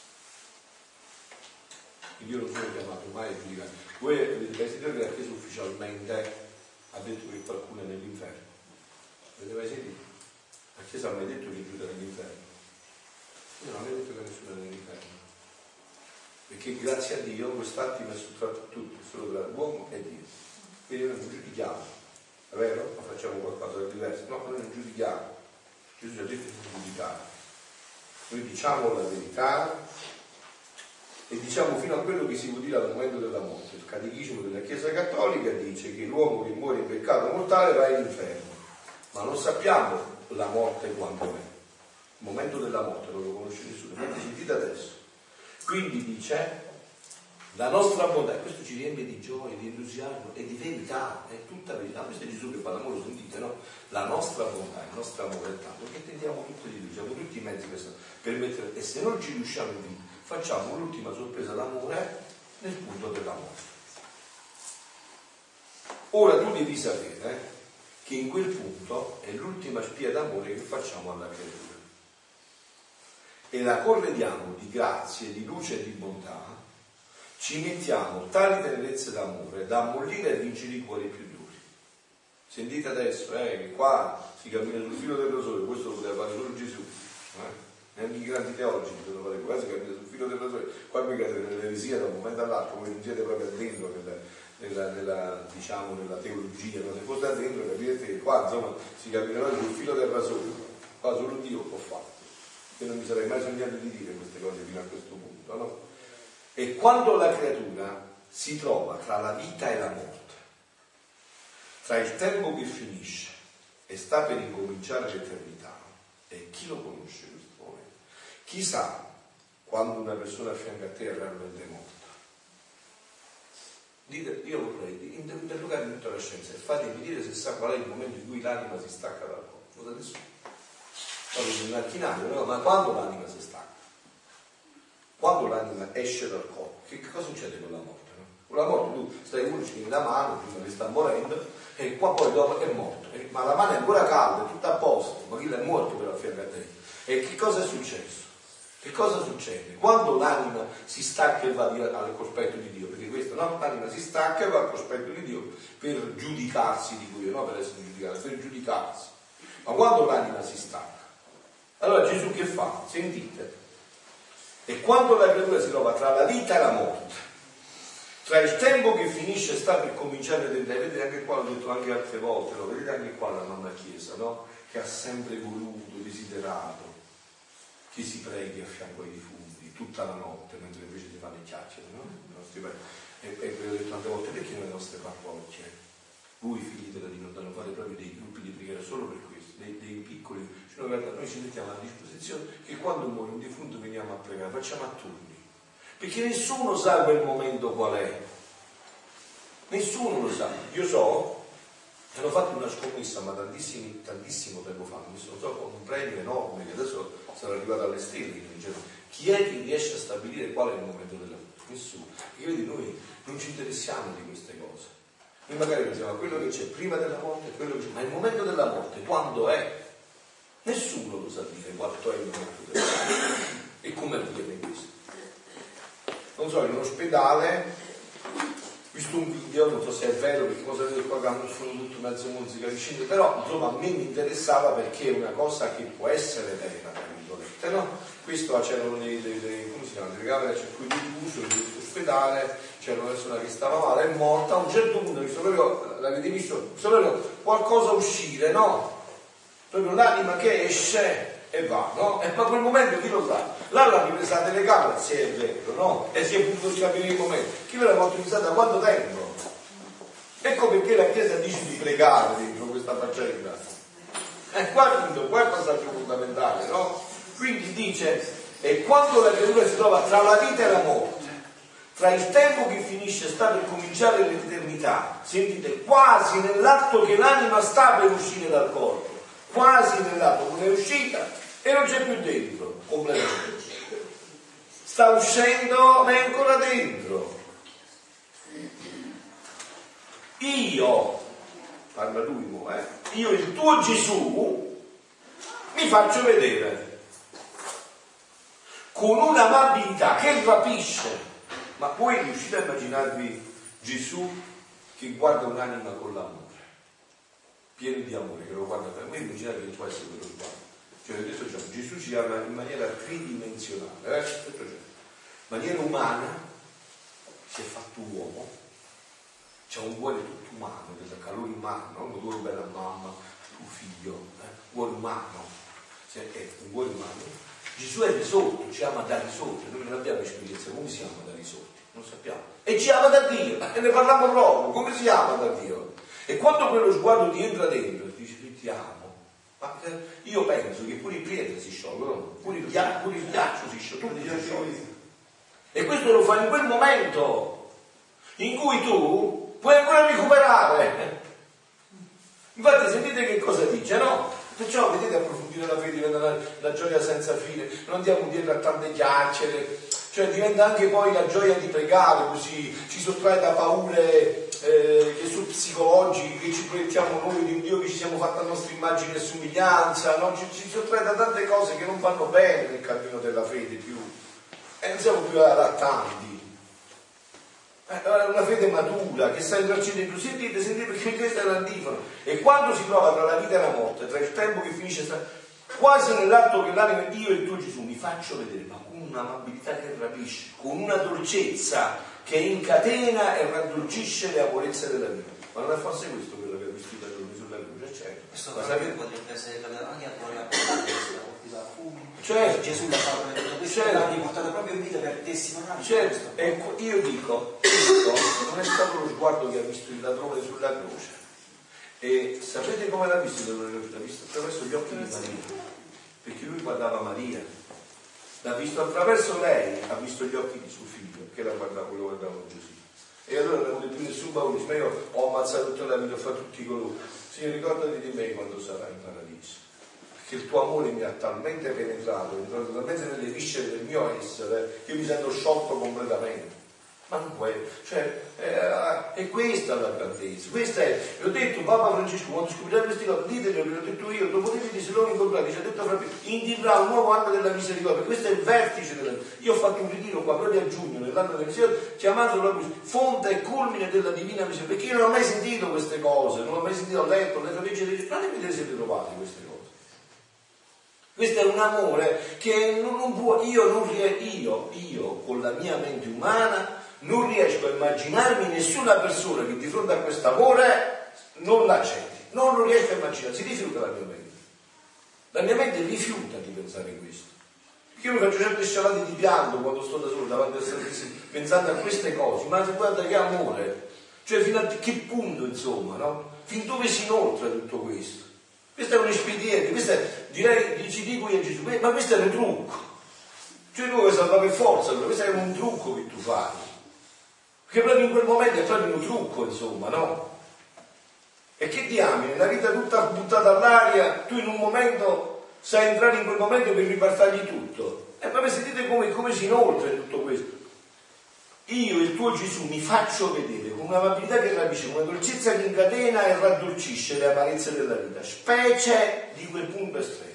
Quindi io non sono chiamato mai a giudicare. Voi avete mai sentito che la Chiesa ufficialmente ha detto che qualcuno è nell'inferno? Avete mai sentito? La Chiesa ha mai detto che Giuda è nell'inferno? Io non ho mai detto che nessuno è nell'inferno. Perché grazie a Dio quest'attimo è sottratto tutto, solo tra l'uomo e Dio. Quindi noi non giudichiamo, è vero? Ma facciamo qualcosa di diverso. No, noi non giudichiamo. Gesù ci ha detto di giudicare. Noi diciamo la verità e diciamo fino a quello che si può dire al momento della morte. Il catechismo della Chiesa Cattolica dice che l'uomo che muore in peccato mortale va all'inferno, ma non sappiamo la morte quando è. Il momento della morte non lo conosce nessuno, infatti sentite adesso. Quindi dice la nostra bontà, e questo ci riempie di gioia, di entusiasmo e di verità, è tutta verità. Questo è Gesù che parla, lo sentite, no? La nostra bontà, il nostro amore è tanto che tendiamo tutto di lui, usiamo tutti i mezzi per, per mettere, e se non ci riusciamo in vita, facciamo l'ultima sorpresa d'amore nel punto della morte. Ora tu devi sapere che in quel punto è l'ultima spia d'amore che facciamo alla creatura. E la corrediamo di grazie, di luce e di bontà, ci mettiamo tali tenerezze d'amore da ammollire e vincere i cuori più duri. Sentite adesso eh, che qua si cammina sul filo del rasoio, questo lo poteva fare solo Gesù, eh? Neanche i grandi teologi potevano fare, qua si cammina sul filo del rasoio, qua mi cade nell'eresia da un momento all'altro, voi non siete proprio dentro nella, nella, nella, diciamo, nella teologia, ma se foste dentro capite che qua insomma si camminerà sul filo del rasoio, qua solo Dio può fare. Io non mi sarei mai sognato di dire queste cose fino a questo punto, no? E quando la creatura si trova tra la vita e la morte, tra il tempo che finisce e sta per incominciare l'eternità, e chi lo conosce questo momento? Chi sa quando una persona a fianco a te è realmente morta? Dite, io vorrei interrogare tutta la scienza e fatemi dire se sa qual è il momento in cui l'anima si stacca dal corpo. Lo sa nessuno? Un macchinario, no? Ma quando l'anima si stacca? Quando l'anima esce dal corpo, che, che cosa succede con la morte? No? Con la morte tu stai uno, ci la mano, prima che sta morendo, e qua poi dopo è morto, e, ma la mano è ancora calda, è tutta a posto, ma chi è morto per affiancare a te? E che cosa è successo? Che cosa succede? Quando l'anima si stacca e va al cospetto di Dio, perché questo, no? L'anima si stacca e va al cospetto di Dio per giudicarsi di Dio, no per essere giudicata, per giudicarsi. Ma quando l'anima si stacca, allora Gesù che fa? Sentite. E quando la creatura si trova tra la vita e la morte, tra il tempo che finisce e sta per cominciare l'eternità, vedete anche qua, l'ho detto anche altre volte, lo vedete anche qua la nonna Chiesa, no? Che ha sempre voluto, desiderato che si preghi a fianco ai defunti tutta la notte, mentre invece si fanno le chiacchiere, no? E, e vi ho detto tante volte, perché nelle nostre parrocchie voi figli della divinità non fate proprio dei gruppi di preghiera solo per questo, dei, dei piccoli, cioè, guarda, noi ci mettiamo a disposizione che quando muore un defunto veniamo a pregare, facciamo a turni, perché nessuno sa quel momento qual è, nessuno lo sa. Io so, hanno fatto una scommessa ma tantissimi, tantissimo tempo fa, mi sono so con un premio enorme che adesso sarà arrivato alle stelle, chi è che riesce a stabilire qual è il momento della morte? Nessuno, perché vedi, noi non ci interessiamo di queste cose. Noi magari pensiamo a quello che c'è prima della morte, quello che c'è, ma il momento della morte quando è? Nessuno lo sa dire quanto è il momento della morte e come avviene questo. Non so, in un ospedale, visto un video, non so se è vero, perché cosa vedo qua che hanno tutto mezzo musica vicino, però insomma a me mi interessava perché è una cosa che può essere vera, tra virgolette, no? Questo c'erano dei, dei, dei, come si chiama, delle camere a circuito chiuso in questo ospedale, c'era una persona che stava male, è morta, a un certo punto, visto proprio, l'avete visto, visto proprio qualcosa uscire, no? Proprio l'anima che esce e va, no? E ma quel momento chi lo sa? Là l'ha ripresa la telecamera, se è vero, no? E si è potuto capire il momento. Chi ve l'ha utilizzata da quanto tempo? Ecco perché la Chiesa dice di pregare dentro questa faccenda. E qua è il passaggio fondamentale, no? Quindi dice, e quando la creatura si trova tra la vita e la morte, tra il tempo che finisce sta per cominciare l'eternità, sentite, quasi nell'atto che l'anima sta per uscire dal corpo, quasi nell'atto, non è uscita e non c'è più dentro, completamente. Sta uscendo ma è ancora dentro. io, parla lui, eh, io il tuo Gesù mi faccio vedere con un'amabilità che rapisce. Ma voi riuscite a immaginarvi Gesù che guarda un'anima con l'amore, pieno di amore, che lo guarda per me? Immaginate che può essere quello sguardo. Cioè, ho detto già, Gesù ci ama in maniera tridimensionale, eh? detto già. In maniera umana si è fatto uomo, c'è un cuore tutto umano, del calore umano, non un cuore bella mamma, tuo figlio, eh? un cuore umano, cioè, è un cuore umano. Gesù è risorto, ci ama da risorto, noi non abbiamo esperienza, come si ama da risorto? Non sappiamo. E ci ama da Dio, e ne parliamo proprio, come si ama da Dio? E quando quello sguardo ti entra dentro, ti dice ti amo. Ma io penso che pure i pietre si sciolgono, pure il ghiaccio, pure il ghiaccio si sciolgono, tutti si sciolgono. E questo lo fa in quel momento in cui tu puoi ancora recuperare. Infatti sentite che cosa dice, no? Perciò vedete, approfondire la fede diventa la, la gioia senza fine, non andiamo dietro a tante chiacchiere, cioè diventa anche poi la gioia di pregare, così ci sottrae da paure eh, che sono psicologiche, che ci proiettiamo noi di un Dio che ci siamo fatti a nostra immagine e somiglianza, no? ci, ci sottrae da tante cose che non vanno bene nel cammino della fede più, e non siamo più adattanti. Eh, una fede matura che sa entrarci dentro, sentite, sentite, perché questo è l'antifono. E quando si trova tra la vita e la morte, tra il tempo che finisce, quasi nell'atto che l'anima Dio e il tuo Gesù mi faccio vedere, ma con un'amabilità che rapisce, con una dolcezza che incatena e raddolcisce le amarezze della vita. Ma non è forse questo quello che ha vissuto lui sulla croce? Certo. Questo potrebbe essere capitato anche a noi a da fumi. Certo. Gesù l'ha fatto vedere, questo certo. l'ha riportato proprio in vita per testimoniare. Certo. E io dico, questo non è stato lo sguardo che ha visto il ladrone sulla croce. E sapete come l'ha visto il ladrone? L'ha visto attraverso gli occhi di Maria, perché lui guardava Maria, l'ha visto attraverso lei, ha visto gli occhi di suo figlio, che la guardava, lo guardava Gesù. E allora non aveva più nessun paura, dice, ma io ho ammazzato tutta la vita, ho fatto tutti i colori. Signore, ricordati di me quando sarai in paradiso, perché il tuo amore mi ha talmente penetrato, è entrato talmente nelle viscere del mio essere, che io mi sento sciolto completamente. Ma non può, cioè, eh, è questa la grandezza, questa è, vi ho detto, Papa Francesco, quando scoprirà queste cose, ditelo, ve l'ho detto io, dopo di se lo incontrate, ci ha detto proprio, indurrà un nuovo anno della misericordia, questo è il vertice della vita. Io ho fatto un ritiro qua proprio a giugno, nell'anno della misericordia, chiamato proprio fonte e culmine della divina misericordia, perché io non ho mai sentito queste cose, non ho mai sentito, ho letto, ho letto legge legge, ma ne siete trovate queste cose? Questo è un amore che non, non può, io non io, io con la mia mente umana non riesco a immaginarmi nessuna persona che di fronte a questo amore non l'accetti, non lo riesco a immaginare, si rifiuta la mia mente. La mia mente rifiuta di pensare in questo. Perché io mi faccio certe scialate di pianto quando sto da solo davanti al Santissimo, pensando a queste cose, ma guarda che amore, cioè fino a che punto, insomma, no? Fin dove si inoltra tutto questo? Questo è un espediente, questo è, direi, ci dico io a Gesù, ma questo è un trucco. Cioè tu vuoi salvare per forza, questo è un trucco che tu fai. Perché proprio in quel momento è proprio un trucco, insomma, no? E che diamine, la vita tutta buttata all'aria, tu in un momento sai entrare in quel momento per ripartargli tutto. E proprio sentite come, come si inoltra in tutto questo. Io, il tuo Gesù, mi faccio vedere con un'amabilità che rapisce, con una dolcezza che incatena e raddolcisce le amarezze della vita, specie di quel punto estremo.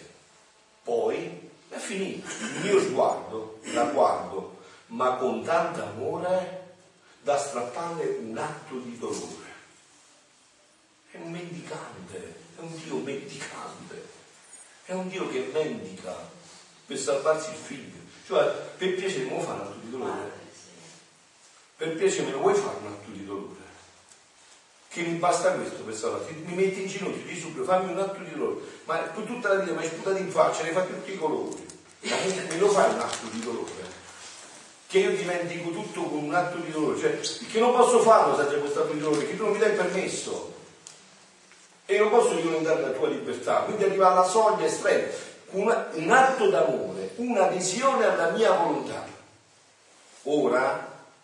Poi è finito, il mio sguardo, la guardo, ma con tanto amore da strapparle un atto di dolore. È un mendicante, è un Dio mendicante, è un Dio che mendica per salvarsi il figlio. Cioè, per piacere, me lo fa un atto di dolore? Per piacere, me lo vuoi fare un atto di dolore? Che mi basta questo per salvarti? Mi metti in ginocchio, ti supplico, fammi un atto di dolore. Ma per tutta la vita mi hai sputato in faccia, ne hai fatti tutti i colori. Ma me lo fai un atto di dolore? Che io dimentico tutto con un atto di dolore, cioè che non posso farlo senza questo atto di dolore, che tu non mi dai permesso e non posso violentare la tua libertà, quindi arriva alla soglia estrema, una, un atto d'amore, un'adesione alla mia volontà. Ora,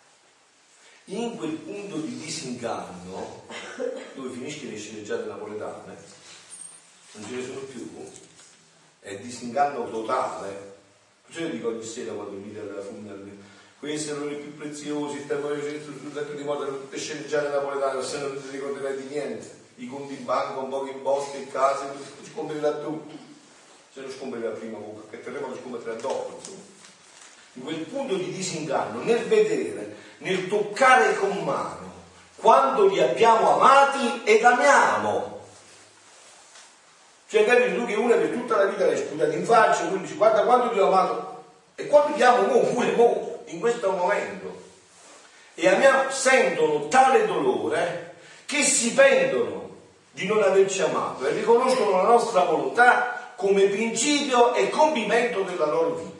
in quel punto di disinganno, dove finiscono le sceneggiate napoletane, non ce ne sono più, è disinganno totale. Perciò io dico ogni sera quando mi dà la fune, questi erano i più preziosi, il tempo sul letto di morte per sceneggiare napoletano, se non ti ricorderai di niente, i conti in banca, un po' in imposte, in casa, scomprirà tutto, se non scomprirà prima, che terremo lo scommetterà dopo, insomma. In quel punto di disinganno, nel vedere, nel toccare con mano, quando li abbiamo amati ed amiamo. Cioè, capito tu che una per tutta la vita l'hai sputato in faccia, quindi dici guarda quanto ti ho amato e quanto ti amo mo, pure mo, in questo momento. E amiamo, sentono tale dolore che si pentono di non averci amato e riconoscono la nostra volontà come principio e compimento della loro vita.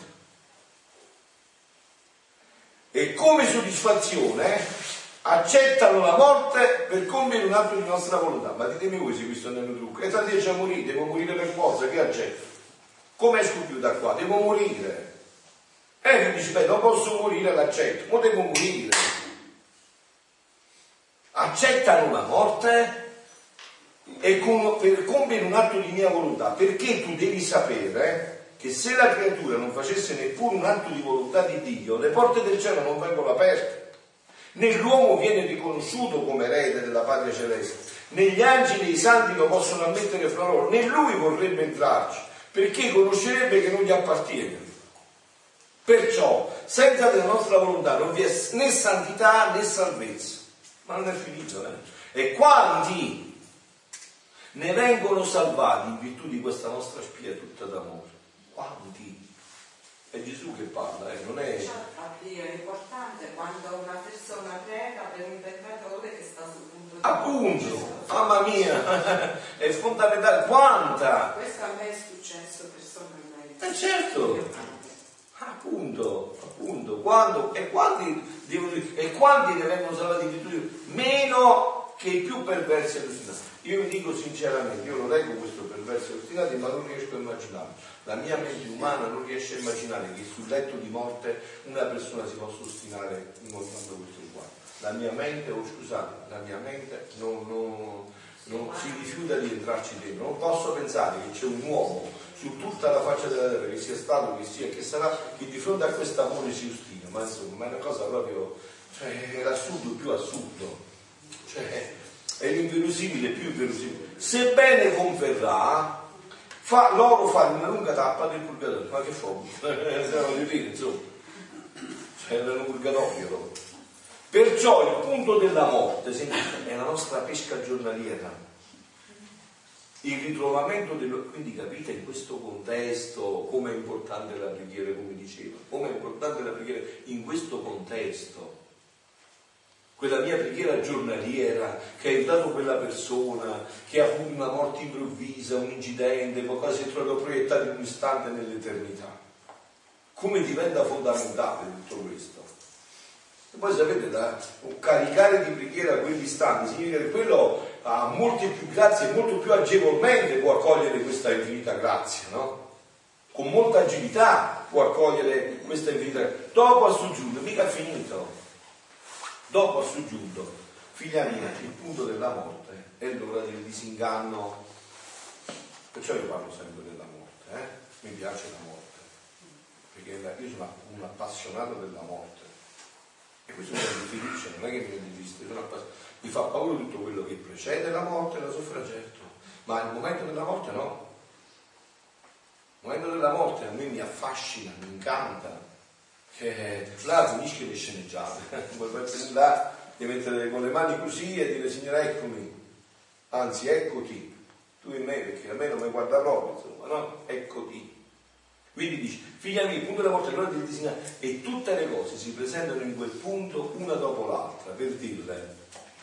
E come soddisfazione accettano la morte per compiere un atto di nostra volontà. Ma ditemi voi se questo non è un trucco. E tanti dice morire, devo morire per forza, che accetto? Come esco più da qua? Devo morire. E mi dice, beh, non posso morire, l'accetto. Ma devo morire. Accettano la morte e con, per compiere un atto di mia volontà. Perché tu devi sapere che se la creatura non facesse neppure un atto di volontà di Dio, le porte del cielo non vengono aperte. Né l'uomo viene riconosciuto come erede della patria celeste, né gli angeli e i santi lo possono ammettere fra loro, né lui vorrebbe entrarci, perché conoscerebbe che non gli appartiene. Perciò, senza della nostra volontà non vi è né santità né salvezza. Ma non è finito, eh? E quanti ne vengono salvati in virtù di questa nostra spia tutta d'amore? Quanti? È Gesù che parla, eh? Non è... A Dio è importante quando una persona prega per un peccatore che sta sul punto di... Appunto, mamma mia, è fondamentale. Quanta? Questo a me è successo personalmente. Eh certo, appunto, appunto, quando e quanti, devono, e quanti ne vengono salvati in virtù? Meno che i più perversi e ostinati. Io vi dico sinceramente, io lo leggo questo perverso e ostinati, ma non riesco a immaginarlo. La mia mente umana non riesce a immaginare che sul letto di morte una persona si possa ostinare incontrando questo qua. La mia mente, oh scusate, la mia mente non, non, non si rifiuta di entrarci dentro. Non posso pensare che c'è un uomo su tutta la faccia della terra, che sia stato, che sia, che sarà, che di fronte a questo amore si ostina. Ma insomma, ma è una cosa proprio, cioè, è l'assurdo più assurdo. Cioè, è l'inverosimile più inverosimile. Sebbene converrà, fa, loro fanno una lunga tappa del purgatorio. Ma che fobi? Stiamo di dire, insomma. Cioè, è un purgatorio loro. Perciò il punto della morte è la nostra pesca giornaliera. Il ritrovamento dello... Quindi capite in questo contesto come è importante la preghiera, come dicevo, come è importante la preghiera in questo contesto. Quella mia preghiera giornaliera che ha aiutato quella persona che ha avuto una morte improvvisa, un incidente, qualcosa si è trovato proiettato in un istante nell'eternità. Come diventa fondamentale tutto questo? E poi sapete, da caricare di preghiera quell'istante significa che quello ha molte più grazie e molto più agevolmente può accogliere questa infinita grazia, no? Con molta agilità può accogliere questa infinita grazia. Dopo ha soggiunto, mica è finito. Dopo ha soggiunto, figlia mia, il punto della morte è l'ora del disinganno. Perciò io parlo sempre della morte, eh? Mi piace la morte, perché io sono un appassionato della morte. E questo mi rende felice, non è che mi rende triste, mi fa paura tutto quello che precede la morte e la soffragetto, ma il momento della morte no. Il momento della morte a me mi affascina, mi incanta, che là finisce le sceneggiate, puoi mettere là, di mettere con le mani così e dire Signore eccomi, anzi eccoti, tu in me, perché a me non mi guarda proprio, insomma, no? Eccoti. Quindi dice, figlia mia, il punto della morte è l'ora del disinganno, e tutte le cose si presentano in quel punto una dopo l'altra per dirle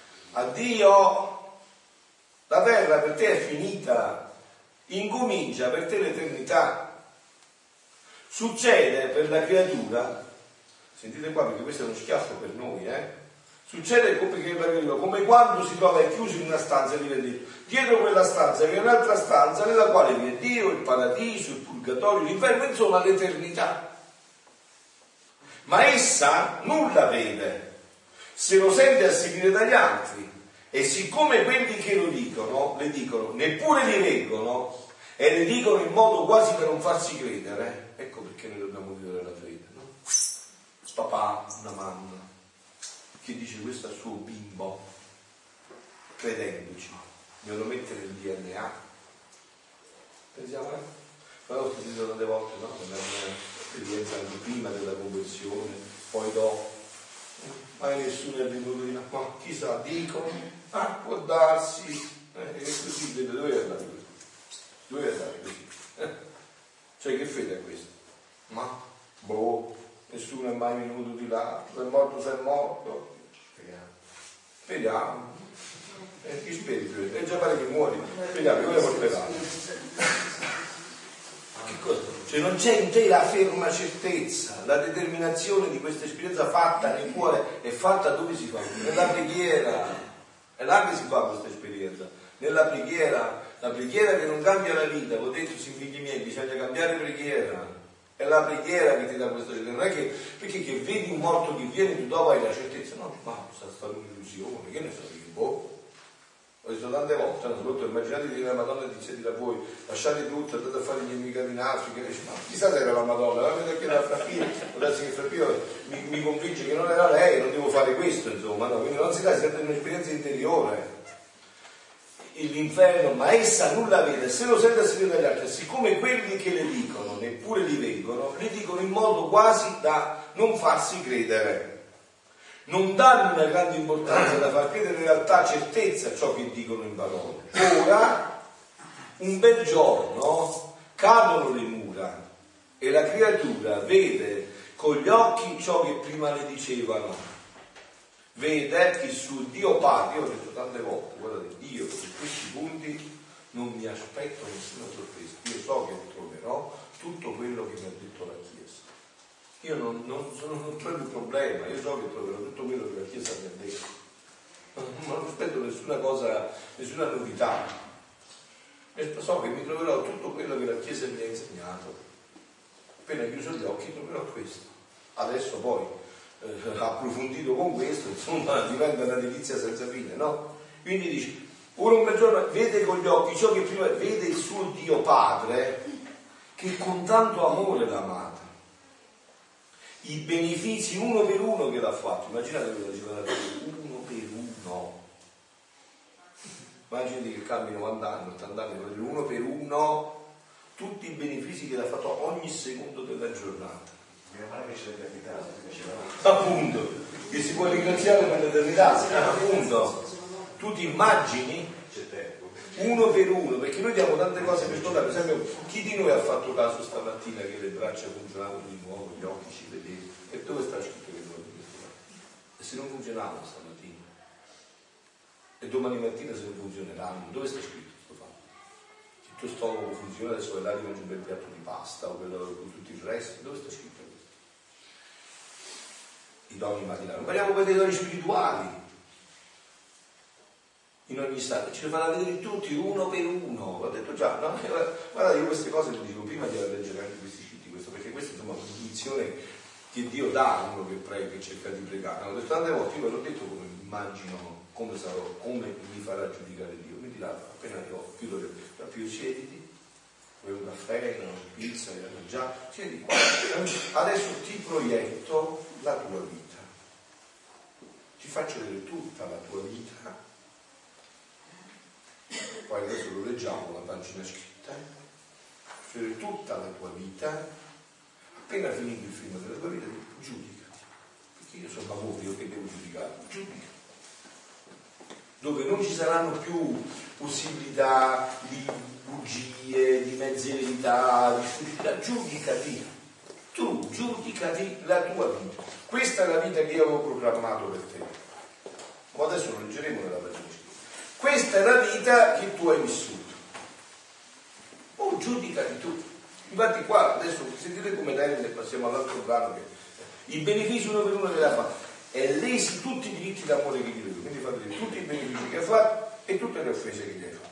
addio, la terra per te è finita, incomincia per te l'eternità. Succede per la creatura, sentite qua perché questo è uno schiaffo per noi, eh? Succede come quando si trova chiuso in una stanza e viene detto dietro quella stanza vi è un'altra stanza nella quale vi è Dio, il paradiso, il purgatorio, l'inferno, insomma l'eternità. Ma essa nulla vede, se lo sente assimile dagli altri, e siccome quelli che lo dicono, le dicono, neppure li leggono e le dicono in modo quasi per non farsi credere, ecco perché noi dobbiamo vivere la fede, no? papà, una mamma, che dice questo al suo bimbo, credendoci, glielo mette nel D N A. Pensiamo, eh? Però si dice tante volte, no? Nella mia esperienza anche prima della conversione, poi dopo, mai nessuno è venuto di là, ma chissà, dicono, ah, può darsi, eh, e così vede dove è andato così, dove è andato così, eh? Cioè che fede è questa? Ma, boh, nessuno è mai venuto di là, se è morto, se è morto, speriamo, speriamo, e chi speri? È già pare che muori, speriamo, come porterà? Che cosa? Cioè non c'è in te la ferma certezza, la determinazione di questa esperienza fatta nel cuore, è fatta dove si fa? Nella preghiera, è là che si fa questa esperienza, nella preghiera, la preghiera che non cambia la vita, ho detto, sì, figli miei, bisogna cambiare preghiera, è la preghiera che ti dà questa certezza, non è che, perché che vedi un morto che viene, tu dopo hai la certezza, no, ma sta stata un'illusione, che ne so, che boh. Ho detto tante volte, no? Soprattutto immaginate che la Madonna disse di da voi, lasciate tutto, andate a fare gli immigrati nastri, che dice, ma chissà se era la Madonna, la vedo che la Frappino, può darsi che Frappino mi, mi convince che non era lei, non devo fare questo, insomma, no? Quindi non si dà sempre un'esperienza interiore. L'inferno, ma essa nulla vede, se lo sente a sentire dagli altri, siccome quelli che le dicono neppure li vengono, le dicono in modo quasi da non farsi credere. Non danno una grande importanza da far credere in realtà certezza a ciò che dicono in parole. Ora, un bel giorno, cadono le mura e la creatura vede con gli occhi ciò che prima le dicevano. Vede che il suo Dio Padre, io ho detto tante volte, guardate, Dio su questi punti non mi aspetto nessuna sorpresa. Io so che troverò tutto quello che mi ha detto la Chiesa. Io non, non sono non proprio il problema, io so che troverò tutto quello che la Chiesa mi ha detto, non aspetto nessuna cosa, nessuna novità, e so che mi troverò tutto quello che la Chiesa mi ha insegnato. Appena chiuso gli occhi troverò questo. Adesso poi eh, approfondito con questo, insomma, diventa una delizia senza fine, no? Quindi dice, ora un bel giorno vede con gli occhi ciò che prima vede il suo Dio Padre, che con tanto amore l'ha amata. I benefici uno per uno che l'ha fatto, immaginate cosa ci farà uno per uno, immaginate che cambi novanta anni, ottanta anni, uno per uno, tutti i benefici che l'ha fatto ogni secondo della giornata. Mia madre c'è l'eternità, appunto, che si può ringraziare per l'eternità, appunto, tu ti immagini c'è tempo. Uno per uno, perché noi diamo tante cose per scontare. Per esempio, chi di noi ha fatto caso stamattina che le braccia funzionavano di nuovo, gli occhi ci vedevano? E dove sta scritto che non e se non funzionavano stamattina? E domani mattina se non funzioneranno? Dove sta scritto questo fatto? Che il tuo stomaco funziona, adesso è là di mangiare un bel piatto di pasta o quello, con tutto il resto? Dove sta scritto questo? I doni matinali. Non parliamo poi dei doni spirituali. In ogni istante ce le fanno vedere tutti uno per uno, ho detto già, no? Guarda, io queste cose le dico prima di leggere anche questi siti, questo, perché questa insomma è un'intuizione che Dio dà a uno che prega, che cerca di pregare. Ho detto tante volte, io ve l'ho detto come immagino, come sarò, come mi farà giudicare Dio. Mi dirà, appena io chiudo le più siediti, vuoi un caffè, una pizza, già, siedi qua, adesso ti proietto la tua vita, ti faccio vedere tutta la tua vita. Poi adesso lo leggiamo, la pagina scritta, cioè tutta la tua vita, appena finito il film della tua vita, giudica, perché io sono amore, io che devo giudicare, giudica, dove non ci saranno più possibilità di bugie, di mezze verità, di stupidità, giudicati, tu giudicati la tua vita, questa è la vita che io avevo proclamato per te, ma adesso lo leggeremo nella pagina scritta. Questa è la vita che tu hai vissuto. Oh, giudicati tu. Infatti qua, adesso sentite come Daniele, passiamo all'altro brano, che i benefici uno per uno che ha fatto. E lesi tutti i diritti d'amore che gli dai. Quindi fate vedere tutti i benefici che ha fatto e tutte le offese che gli hai fatto.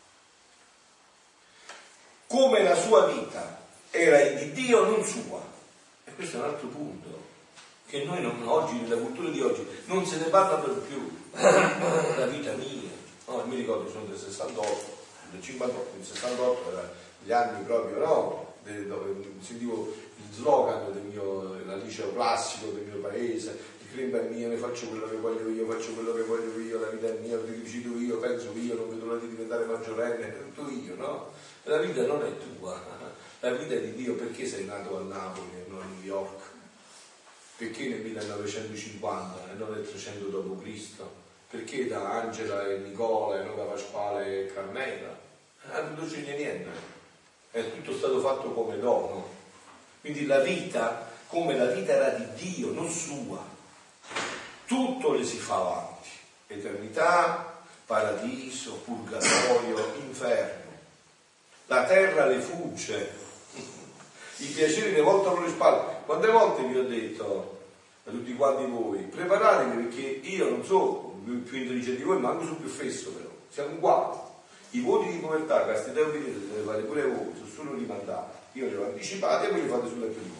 Come la sua vita era di Dio, non sua. E questo è un altro punto, che noi non, oggi, nella cultura di oggi, non se ne parla per più. La vita mia. No, mi ricordo, sono del sessantotto, del cinquantotto, del sessantotto erano gli anni proprio, no, sentivo il slogan del mio il liceo classico del mio paese, il clima è mio, ne faccio quello che voglio io, faccio quello che voglio io, la vita è mia, decido io, penso io, non vedo l'ora di diventare maggiorenne, è tutto io, no? La vita non è tua, la vita è di Dio. Perché sei nato a Napoli e non a New York? Perché nel millenovecentocinquanta e non nel trecento dopo Cristo? Perché da Angela e Nicola e non da Pasquale e Carmela? Non c'è niente, è tutto stato fatto come dono. Quindi la vita, come la vita era di Dio, non sua, tutto le si fa avanti: eternità, paradiso, purgatorio, inferno. La terra le fugge, i piaceri le voltano le spalle. Quante volte vi ho detto a tutti quanti voi: preparatevi, perché io non so più intelligente di voi, ma anche sono più fesso, però siamo uguali. I voti di povertà, castità e obbedienza li fate pure voi, sono solo rimandati. Io li ho anticipati e voi li fate sulle prime.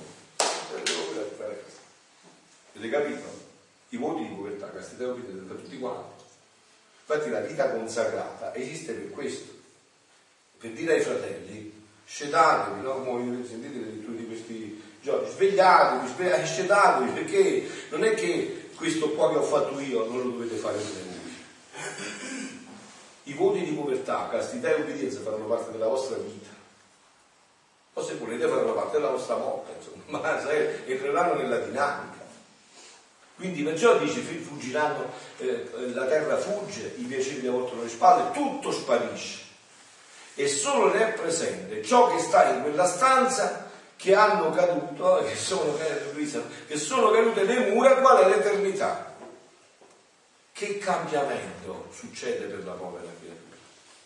Avete capito? I voti di povertà, castità e obbedienza li fate tutti quanti. Infatti la vita consacrata esiste per questo, per dire ai fratelli: scedatevi, no? Come sentite le letture di questi giorni, svegliatevi, svegliatevi, scedatevi, perché non è che questo qua che ho fatto io non lo dovete fare per voi. I voti di povertà, castità e obbedienza faranno parte della vostra vita, o se volete faranno parte della vostra morte, insomma, ma se entreranno nella dinamica. Quindi perciò dice: fuggiranno, eh, la terra fugge, i piaceri le voltano le spalle, tutto sparisce e solo ne è presente ciò che sta in quella stanza, che hanno caduto, che sono, che sono cadute le mura, qual è l'eternità. Che cambiamento succede per la povera creatura?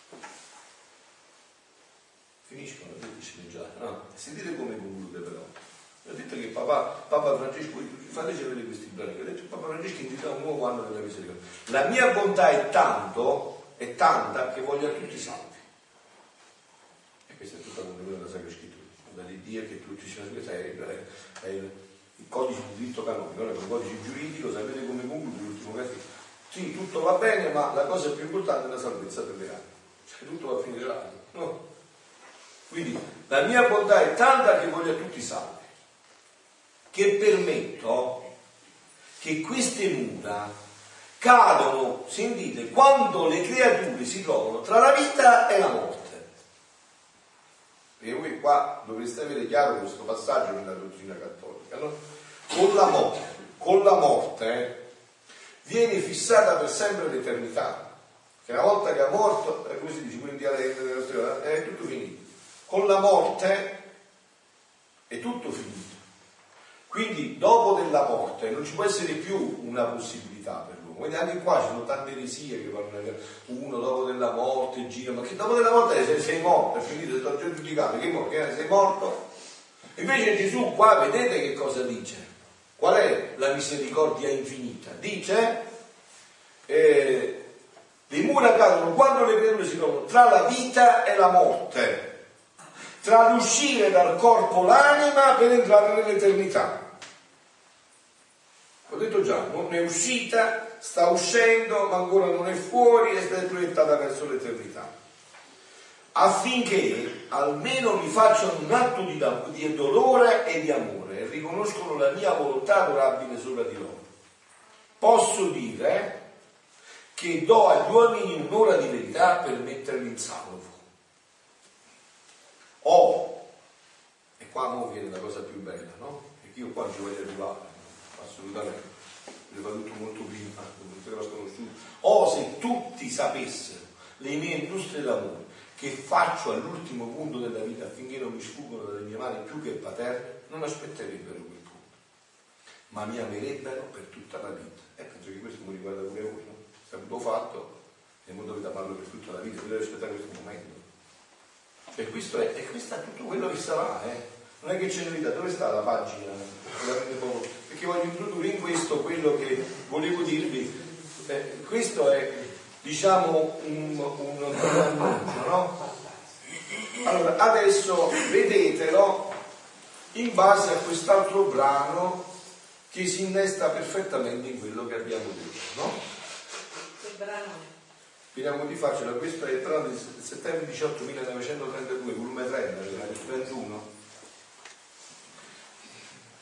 Finiscono, dice già, no? Sentite come conclude però. Ho detto che Papa, Papa Francesco, fateci vedere questi brani, ho detto Papa Francesco indica un nuovo anno della misericordia. La mia bontà è tanto, è tanta, che voglio a tutti salvi. E questa è tutta una della Sacra Scrittura, dall'idea che tutti siano salvi, è il codice di diritto canonico, non è un codice giuridico. Sapete come conclude l'ultimo capitolo? Sì, tutto va bene, ma la cosa più importante è la salvezza per le anime. Cioè tutto va a finire là, no? Quindi la mia bontà è tanta che voglio a tutti salvi, che permetto che queste mura cadono, sentite, quando le creature si trovano tra la vita e la morte. E voi qua dovreste avere chiaro questo passaggio nella dottrina cattolica, no? Con la morte, con la morte viene fissata per sempre l'eternità, che una volta che è morto, come si dice pure in dialetto, è tutto finito. Con la morte è tutto finito. Quindi dopo della morte non ci può essere più una possibilità per l'uomo. Quindi anche qua ci sono tante eresie che parlano, uno dopo della morte gira, ma che dopo della morte sei, sei morto, è finito, sei stato giudicato, che morto? Sei morto? Invece Gesù qua vedete che cosa dice? Qual è la misericordia infinita? Dice, eh, le mura cadono quando le creature si trovano tra la vita e la morte, tra l'uscire dal corpo l'anima per entrare nell'eternità. Ho detto già, non è uscita, sta uscendo, ma ancora non è fuori e sta proiettata verso l'eternità. Affinché almeno mi facciano un atto di, di dolore e di amore e riconoscono la mia volontà adorabile sopra di loro. Posso dire che do agli uomini un'ora di verità per metterli in salvo. O, e qua mo viene la cosa più bella, no? Perché io qua ci voglio arrivare, assolutamente, le fa tutto molto prima, non te l'ho conosciuto. O se tutti sapessero le mie industrie d'amore, che faccio all'ultimo punto della vita affinché non mi sfuggono dalle mie mani più che paterne, non aspetterebbero quel punto, ma mi amerebbero per tutta la vita. E penso che questo mi riguarda pure voi, no? Se avuto fatto, nel mondo dovete amarlo per tutta la vita, dovete aspettare questo momento. Cioè questo è, e questo è tutto quello che sarà, eh? Non è che c'è novità. Dove sta la pagina? Perché voglio introdurre in questo quello che volevo dirvi. Eh, questo è, diciamo, un, un, un annuncio, no? Allora, adesso vedetelo in base a quest'altro brano che si innesta perfettamente in quello che abbiamo detto, no? Che brano è? Vediamo di farcela. Questo è il brano del settembre diciotto millenovecentotrentadue, volume trenta, trentuno.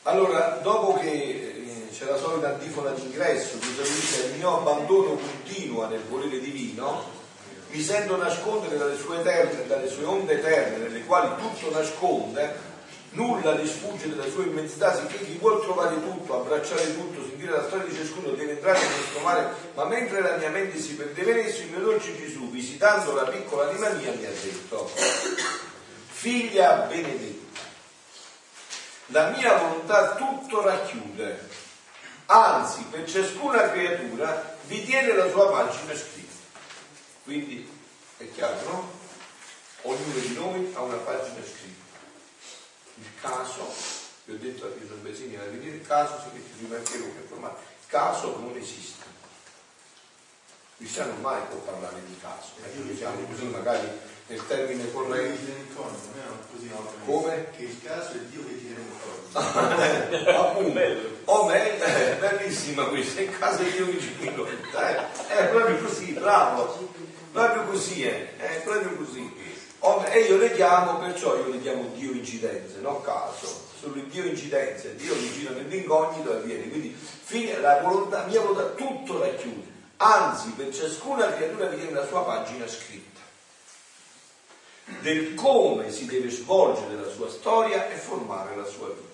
Allora, dopo che eh, c'è la solita antifona d'ingresso, che dice il mio abbandono continua nel volere divino, mi sento nascondere dalle sue eterne, dalle sue onde eterne, nelle quali tutto nasconde, nulla gli sfugge dalla sua immensità, sicché chi vuol trovare tutto, abbracciare tutto, sentire la storia di ciascuno, deve entrare in questo mare, ma mentre la mia mente si perdeva in esso, il mio dolce Gesù, visitando la piccola anima mia, mi ha detto: figlia benedetta, la mia volontà tutto racchiude, anzi per ciascuna creatura vi tiene la sua pagina scritta. Quindi è chiaro, no? Ognuno di noi ha una pagina scritta. Il caso, vi ho detto a Pietro Besini alla venire, il caso si mette prima anche lui per formare. Il caso non esiste. Il cristiano mai può parlare di caso, perché noi siamo così magari nel termine corretto. Come? Che il caso è Dio che tiene il corno. Appunto. Oh, me, bellissima questa, il caso è Dio che ci tiene. È proprio così, bravo. Proprio così è, è proprio così. E io le chiamo, perciò io le chiamo Dio incidenze, non caso. Solo Dio incidenze, Dio mi gira nell'incognito e viene. Quindi fine, la volontà, mia volontà tutto racchiude. Anzi, per ciascuna creatura viene la sua pagina scritta del come si deve svolgere la sua storia e formare la sua vita.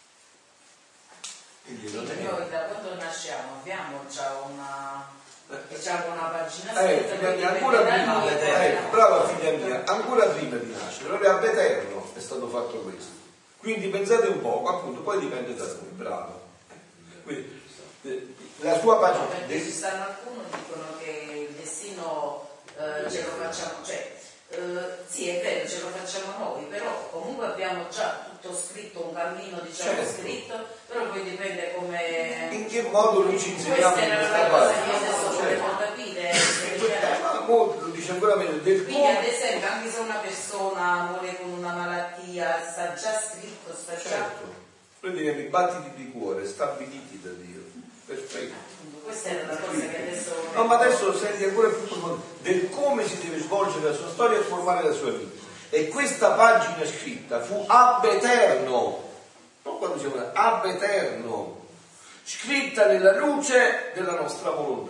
Quindi non è... Noi da quando nasciamo abbiamo già una, diciamo una pagina eh, scritta, ancora prima, eh, brava figlia mia, ancora prima di nascere, proprio ab eterno è stato fatto questo. Quindi pensate un po', appunto, poi dipende da noi, bravo. Quindi, la sua pagina. No, perché ci stanno alcuni che dicono che il destino eh, ce lo facciamo, cioè eh, sì è vero, ce lo facciamo noi, però comunque abbiamo già tutto scritto, un cammino diciamo certo. scritto, però poi dipende come in che modo noi ci insegniamo questa in era questa la cosa parte. che io adesso Certo. volevo capire. Ma molto, lo dice ancora meglio del Quindi ad come. esempio anche se una persona muore con una malattia sta già scritto, sta già Certo, noi teniamo i battiti di cuore stabiliti da Dio, perfetto. questa era la cosa che adesso No, ma adesso senti ancora più profondo del come si deve svolgere la sua storia e formare la sua vita. E questa pagina scritta fu ab eterno, non quando siamo ab eterno, scritta nella luce della nostra volontà.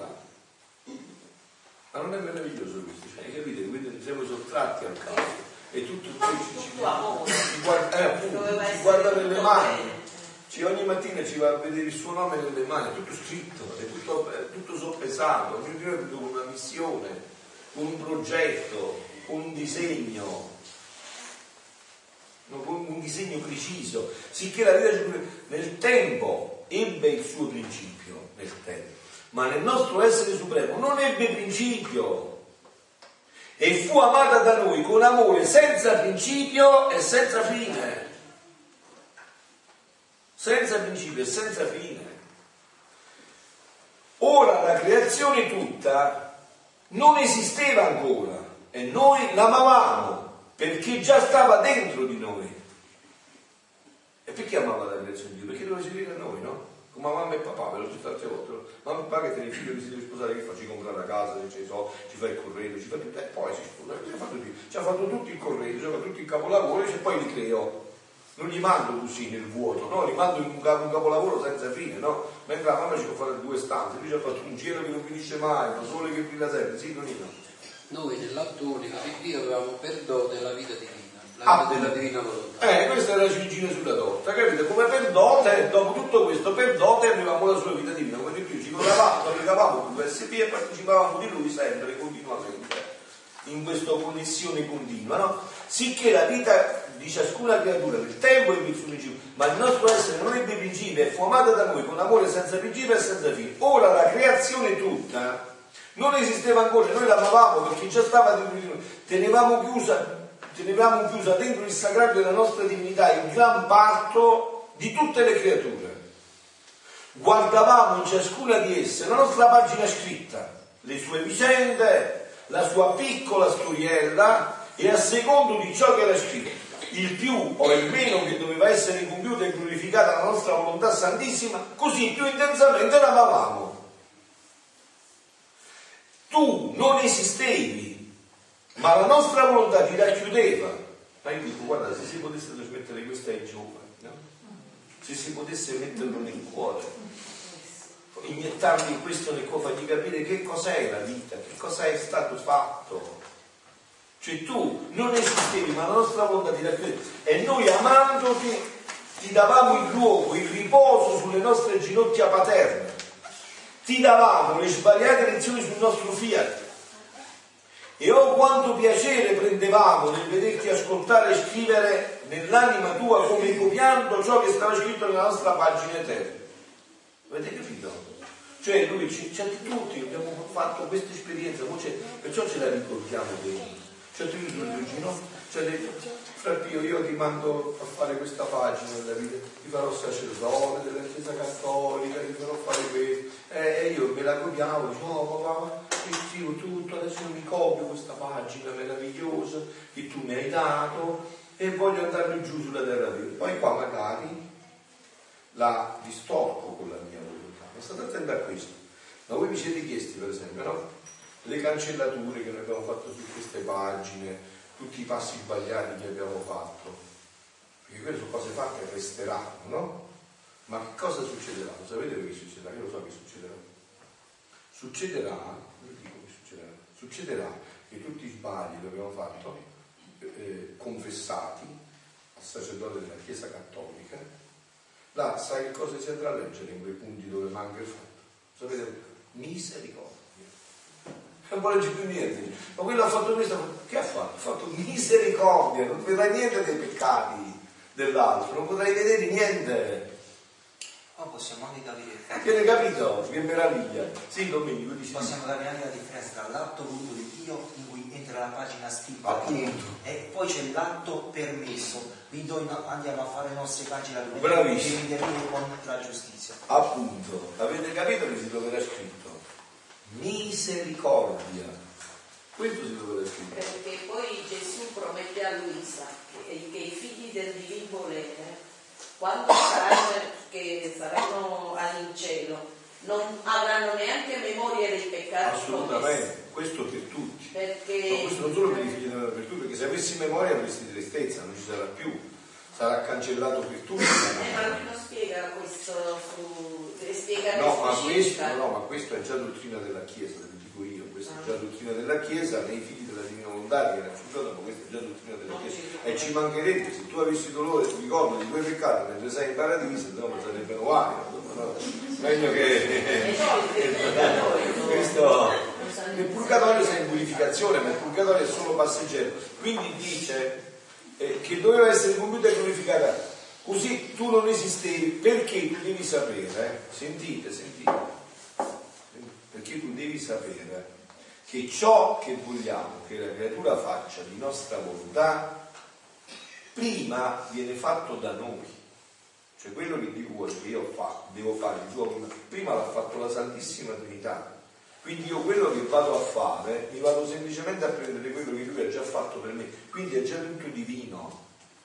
Ma non è meraviglioso questo? Cioè, capite? Quindi siamo sottratti al caso e tutto qui ci, ci, ci, guarda, eh, appunto, ci guarda nelle mani. Cioè, ogni mattina ci va a vedere il suo nome nelle mani, è tutto scritto, è tutto, è tutto soppesato, ognuno di noi ha una missione, un progetto, un disegno, un disegno preciso, sicché la vita nel tempo ebbe il suo principio, nel tempo, ma nel nostro essere supremo non ebbe principio e fu amata da noi con amore senza principio e senza fine. Senza principio e senza fine. Ora la creazione tutta non esisteva ancora e noi l'amavamo perché già stava dentro di noi. E perché amava la creazione di Dio? Perché doveva servire a noi, no? Come mamma e papà, ve l'ho detto tante volte. Mamma e papà che te ne figlio che si deve sposare, che fa? Ci compra la casa, se c'è i soldi, ci fa il corredo, ci fa tutto e poi si sposa. Ci ha fatto, ci ha fatto tutto il corredo, ci ha fatto tutto il capolavoro e poi li creò. Non li mando così nel vuoto, no? Li mando in un, un capolavoro senza fine, no? Mentre la mamma ci può fare due stanze, lui ci ha fatto un cielo che non finisce mai, un sole che brilla sempre, sì, Tonino? Noi nell'atto unico di Dio avevamo per dote la vita divina, la Ah, vita della divina volontà. Eh, questa è la ciliegina sulla torta, capite? Come per dote, dopo tutto questo, per dote avevamo la sua vita divina, come di più ci collavamo, legavamo con l'U S B e partecipavamo di lui sempre, continuamente, in questa connessione continua, no? Sicché la vita di ciascuna creatura del tempo ebbe il suo principio, ma il nostro essere non ebbe principio, è formata da noi con amore senza principio e senza fine. Ora la creazione tutta non esisteva ancora, noi l'amavamo perché già stava dentro di noi, tenevamo chiusa, tenevamo chiusa dentro il sacrario della nostra divinità il gran parto di tutte le creature. Guardavamo in ciascuna di esse la nostra pagina scritta, le sue vicende, la sua piccola storiella, e a secondo di ciò che era scritto, il più o il meno che doveva essere compiuta e glorificata la nostra volontà santissima, così più intensamente l'amavamo. Tu non esistevi, ma la nostra volontà ti racchiudeva. Ma io dico, guarda, se si potesse trasmettere questo ai giovani, no? se si potesse metterlo nel cuore, iniettargli questo nel cuore, fargli capire che cos'è la vita, che cosa è stato fatto. Cioè tu non esistevi, ma la nostra volontà ti racchiudeva, e noi amandoti ti davamo il luogo, il riposo sulle nostre ginocchia paterne, ti davamo le svariate lezioni sul nostro fiat, e oh quanto piacere prendevamo nel vederti ascoltare e scrivere nell'anima tua come copiando ciò che stava scritto nella nostra pagina eterna. Avete capito? Cioè lui ci, cioè, tutti abbiamo fatto questa esperienza, perciò ce la ricordiamo bene. Cioè tu dici no? Cioè detto, fra Pio, io ti mando a fare questa pagina della vita, ti farò sacerdote della Chiesa Cattolica, ti farò fare questo, eh, e io me la copiavo, dicevo, oh papà, ti scrivo tutto, adesso mi copio questa pagina meravigliosa che tu mi hai dato e voglio andarmi giù sulla terra viva. Poi qua magari la distorco con la mia volontà, ma state attenti a questo. Ma voi vi siete chiesti, per esempio, no? Le cancellature che noi abbiamo fatto su queste pagine, tutti i passi sbagliati che abbiamo fatto, perché quelle sono cose fatte e resteranno, no? Ma che cosa succederà? Lo sapete che succederà? Io lo so che succederà. Succederà, vi dico che succederà, succederà che tutti i sbagli che abbiamo fatto, eh, confessati al sacerdote della Chiesa Cattolica, là sai che cosa si andrà a leggere in quei punti dove manca il fatto? Sapete? Misericordia. Non vuole più niente, ma quello ha fatto questo, che ha fatto? Ha fatto misericordia, non vedrai niente dei peccati dell'altro, non potrai vedere niente. Ma possiamo anche capire. Avete capito? Che meraviglia! Sì, Domenico, dici. Possiamo capire anche la differenza tra l'atto voluto di Dio, in cui entra la pagina scritta, appunto, e poi c'è l'atto permesso, quindi noi andiamo a fare le nostre pagine che interviene con la giustizia. Appunto, avete capito che si troverà scritto? Misericordia, questo si doveva scrivere. Perché poi Gesù promette a Luisa che, che i figli del divin volere, quando saranno, che saranno in cielo, non avranno neanche memoria dei peccati. Assolutamente, questo per tutti. Perché... No, questo non solo per i figli della per tutti, perché se avessi memoria avresti tristezza, non ci sarà più, sarà cancellato per tutti. Eh, ma lui non spiega questo su... Spiega no, ma questo, no, ma questo è già dottrina della Chiesa, ve lo dico io, questa è già dottrina della Chiesa, nei figli della Divina Volontà che era accettato, ma questa è già dottrina della Chiesa. E ci mancherebbe, se tu avessi dolore, ti ricordo di tuoi peccati mentre sei in paradiso, no, ma sarebbero guai, no? Meglio che questo il purgatorio sta in purificazione, ma il purgatorio è solo passeggero. Quindi dice eh, che doveva essere compiuta e glorificata. Così tu non esistevi, perché tu devi sapere, eh? sentite, sentite, perché tu devi sapere che ciò che vogliamo che la creatura faccia di nostra volontà, prima viene fatto da noi. Cioè quello che Dio vuole che io fa, devo fare il suo volontà, prima l'ha fatto la Santissima Trinità. Quindi io quello che vado a fare, mi vado semplicemente a prendere quello che Lui ha già fatto per me, quindi è già tutto divino.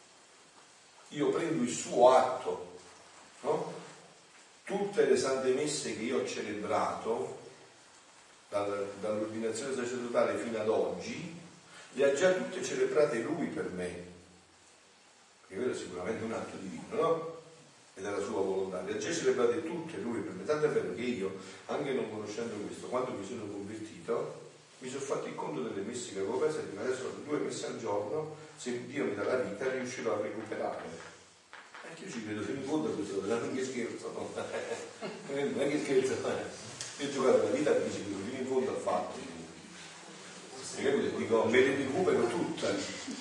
Io prendo il suo atto, no? Tutte le sante messe che io ho celebrato dall'ordinazione sacerdotale fino ad oggi le ha già tutte celebrate lui per me, perché quello è sicuramente un atto divino, no? Ed è la sua volontà, le ha già celebrate tutte lui per me, tanto è vero che io, anche non conoscendo questo, quando mi sono convertito mi sono fatto il conto delle messe che avevo perso, ma adesso due messe al giorno, se Dio mi dà la vita riuscirò a recuperare. Anche io ci credo fino in fondo a questo, non è che scherzo, no? Non è che scherzo, no? Io ho giocato la vita perché ci credo fino in fondo al fatto. E capito? Dico, me le recupero tutte.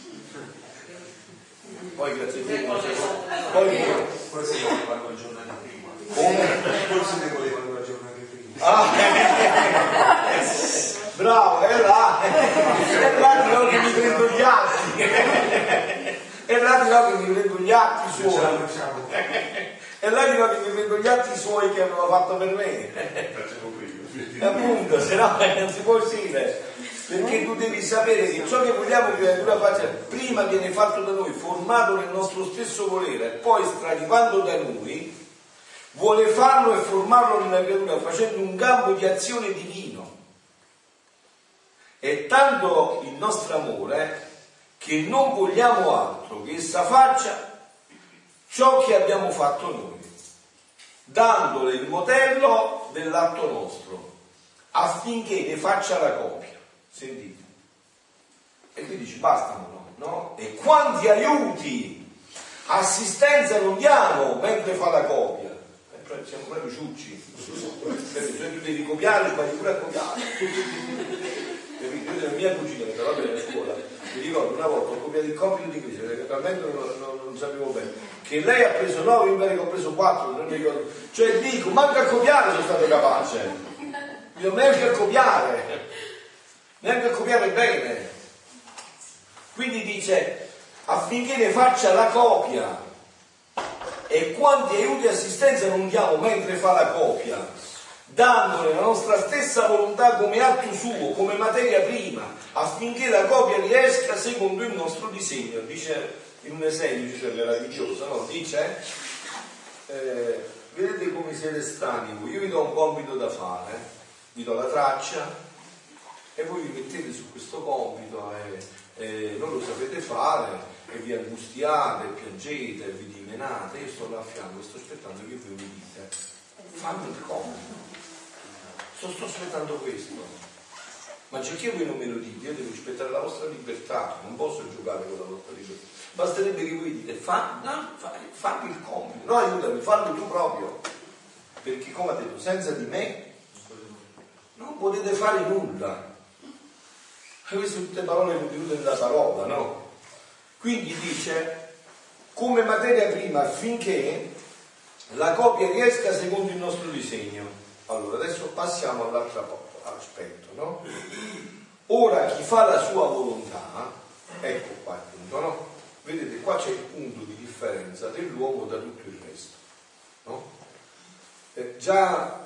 Poi grazie a Dio, poi forse ne volevano la giornata prima. Come? Forse ne volevano la giornata prima. Ah, bravo, è là, è là di no che mi prendo gli atti, è là di no che mi prendo gli atti suoi, è là di no che mi prendo gli atti suoi che aveva fatto per me. Facevo prima. Appunto, se no non si può uscire. Perché tu devi sapere che ciò che vogliamo che la creatura faccia prima viene fatto da noi, formato nel nostro stesso volere, e poi straripando da noi vuole farlo e formarlo nella creatura facendo un campo di azione divino. È tanto il nostro amore che non vogliamo altro che essa faccia ciò che abbiamo fatto noi, dandole il modello dell'atto nostro, affinché ne faccia la copia. Sentite. E qui dici basta, no? no? E quanti aiuti, assistenza non diamo mentre fa la copia? Eh, siamo proprio ciucci. Perché tu devi copiare, sbagli pure a copiare. Io della mia cugina che però bene a scuola, mi ricordo una volta ho copiato il compito di inglese perché talmente non, non, non sapevo bene, che lei ha preso nove, io mi pare che ho preso quattro, non mi ricordo. Cioè dico, manca a copiare sono stato capace. Io neanche a copiare, neanche a copiare bene. Quindi dice, affinché ne faccia la copia. E quanti aiuti e assistenza non diamo mentre fa la copia, dandole la nostra stessa volontà come atto suo, come materia prima, affinché la copia riesca secondo il nostro disegno. Dice in un esempio, dice meraviglioso, no? Dice, eh, vedete come siete strani voi, io vi do un compito da fare, vi do la traccia e voi vi mettete su questo compito e, e non lo sapete fare e vi angustiate, piangete, vi dimenate. Io sto là a fianco, sto aspettando che voi mi dite fammi il compito, sto, sto aspettando questo, ma c'è che voi non me lo dite, io devo rispettare la vostra libertà, non posso giocare con la vostra libertà, basterebbe che voi dite fa, no, fa, fammi il compito, no aiutami, fallo tu proprio, perché come ha detto senza di me non potete fare nulla. E queste sono tutte parole contenute nella parola, no? Quindi dice come materia prima affinché la copia riesca secondo il nostro disegno. Allora adesso passiamo all'altro aspetto, no? Ora chi fa la sua volontà, ecco qua il punto, no? Vedete qua c'è il punto di differenza dell'uomo da tutto il resto, no? Eh, già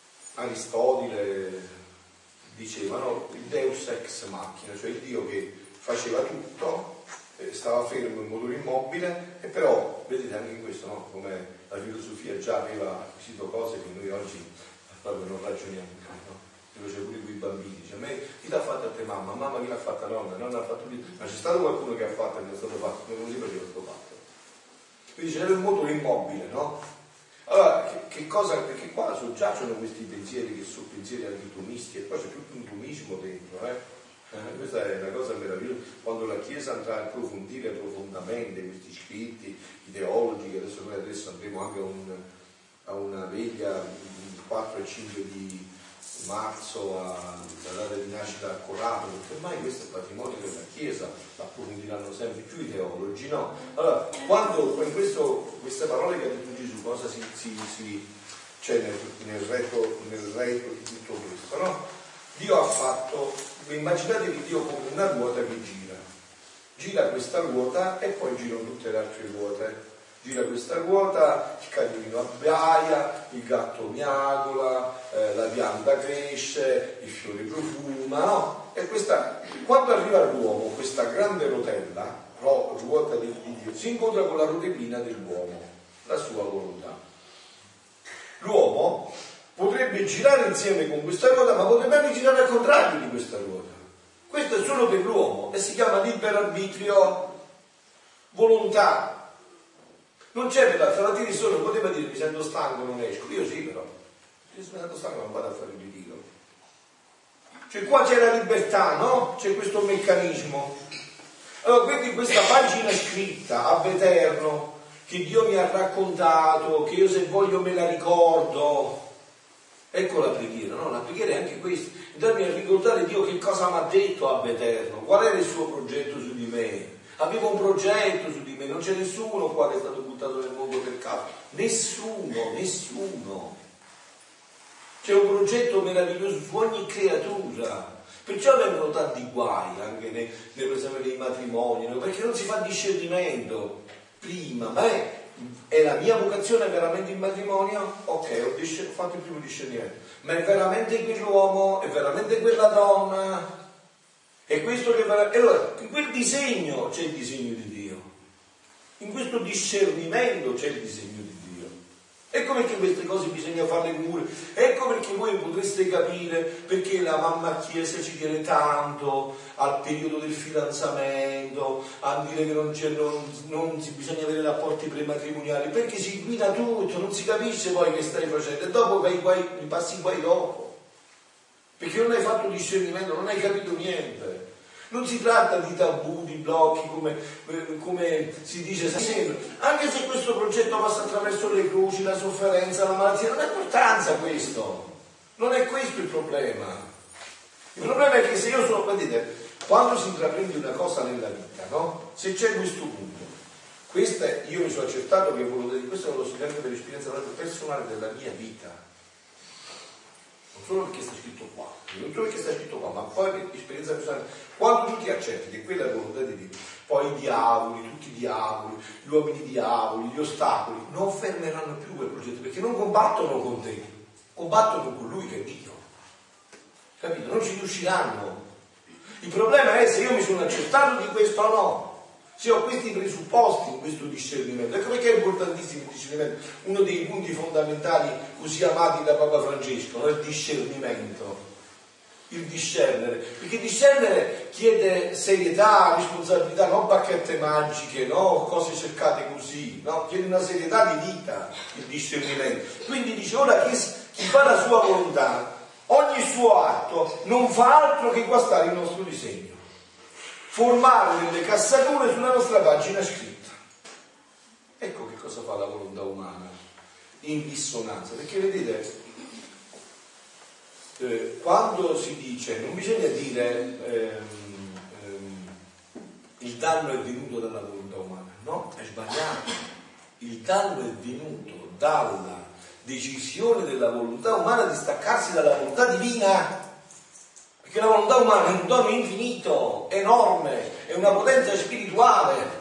Aristotele diceva, no? Il Deus ex machina, cioè il Dio che faceva tutto, stava fermo in modo immobile, e però vedete anche in questo, no? Come la filosofia già aveva acquisito cose che noi oggi proprio non ragioniamo, no? Lo c'è pure quei bambini, dice, a me chi l'ha fatta a te mamma, mamma chi l'ha fatta nonna, nonna l'ha fatto lui, ma c'è stato qualcuno che ha fatto e non è stato fatto, come così faceva sto fatto. Quindi c'era il modo immobile, no? Allora, che, che cosa, perché qua soggiacciono questi pensieri che sono pensieri antitomisti, e poi c'è tutto un tomismo dentro, eh? Eh, questa è una cosa meravigliosa, quando la Chiesa andrà a approfondire profondamente questi scritti, i teologi, che adesso noi adesso andremo anche a, un, a una veglia il quattro e cinque di marzo, alla data di nascita a Corato, perché ormai questo è patrimonio della Chiesa, approfondiranno sempre più i teologi, no? Allora, quando in questo, queste parole che ha detto Gesù, cosa si, si, si c'è nel, nel retro nel retro di tutto questo, no? Dio ha fatto, immaginatevi Dio come una ruota che gira, gira questa ruota e poi girano tutte le altre ruote, gira questa ruota, il cagnolino abbaia, il gatto miagola, eh, la pianta cresce, il fiore profuma, no? E questa, quando arriva l'uomo, questa grande rotella, ro, ruota di Dio, si incontra con la rotellina dell'uomo, la sua volontà. L'uomo potrebbe girare insieme con questa ruota, ma potrebbe anche girare al contrario di questa ruota. Questo è solo per l'uomo e si chiama libero arbitrio, volontà. Non c'è per l'altra, la tiri solo, poteva dire mi sento stanco, non esco. Io sì, però se mi sento stanco non vado a fare il ritiro. Cioè qua c'è la libertà, no? C'è questo meccanismo. Allora quindi questa pagina scritta ab eterno che Dio mi ha raccontato, che io se voglio me la ricordo. Ecco la preghiera, no? La preghiera è anche questa, darmi a ricordare Dio che cosa mi ha detto ab eterno, qual era il suo progetto su di me. Avevo un progetto su di me, non c'è nessuno qua che è stato buttato nel mondo per caso, nessuno, nessuno. C'è un progetto meraviglioso su ogni creatura, perciò vengono tanti guai anche nei, per esempio nei matrimoni, no? Perché non si fa discernimento prima, ma è È la mia vocazione veramente il matrimonio? Ok, ho, discern- ho fatto il primo discernimento. Ma è veramente quell'uomo? È veramente quella donna? È questo che verrà? E allora, in quel disegno c'è il disegno di Dio. In questo discernimento c'è il disegno di Dio. Ecco perché queste cose bisogna farle pure, ecco perché voi potreste capire perché la mamma Chiesa ci tiene tanto al periodo del fidanzamento, a dire che non, c'è, non, non si bisogna avere rapporti prematrimoniali, perché si guida tutto, non si capisce poi che stai facendo e dopo vai, vai, passi guai dopo, perché non hai fatto discernimento, non hai capito niente. Non si tratta di tabù, di blocchi, come, come si dice sempre. Anche se questo progetto passa attraverso le croci, la sofferenza, la malattia, non ha importanza questo. Non è questo il problema. Il problema è che se io sono, vedete, quando si intraprende una cosa nella vita, no? Se c'è questo punto, questa io mi sono accertato che volevo dire, questo lo so anche per esperienza personale della mia vita. Non solo perché sta scritto qua, non solo perché sta scritto qua, ma poi per esperienza personale. Quando tu ti accetti che quella è la volontà di Dio, poi i diavoli, tutti i diavoli, gli uomini diavoli, gli ostacoli, non fermeranno più quel progetto, perché non combattono con te, combattono con lui che è Dio. Capito? Non ci riusciranno. Il problema è se io mi sono accertato di questo o no. Se ho questi presupposti in questo discernimento, ecco perché è importantissimo il discernimento, uno dei punti fondamentali così amati da Papa Francesco, no? Il discernimento, il discernere, perché discernere chiede serietà, responsabilità, non bacchette magiche, no? Cose cercate così, no? Chiede una serietà di vita, il discernimento. Quindi dice ora chi, chi fa la sua volontà, ogni suo atto non fa altro che guastare il nostro disegno, formare delle cassature sulla nostra pagina scritta. Ecco che cosa fa la volontà umana in dissonanza, perché vedete, eh, quando si dice, non bisogna dire ehm, ehm, il danno è venuto dalla volontà umana, no, è sbagliato. Il danno è venuto dalla decisione della volontà umana di staccarsi dalla volontà divina. Perché la volontà umana è un dono infinito, enorme, è una potenza spirituale.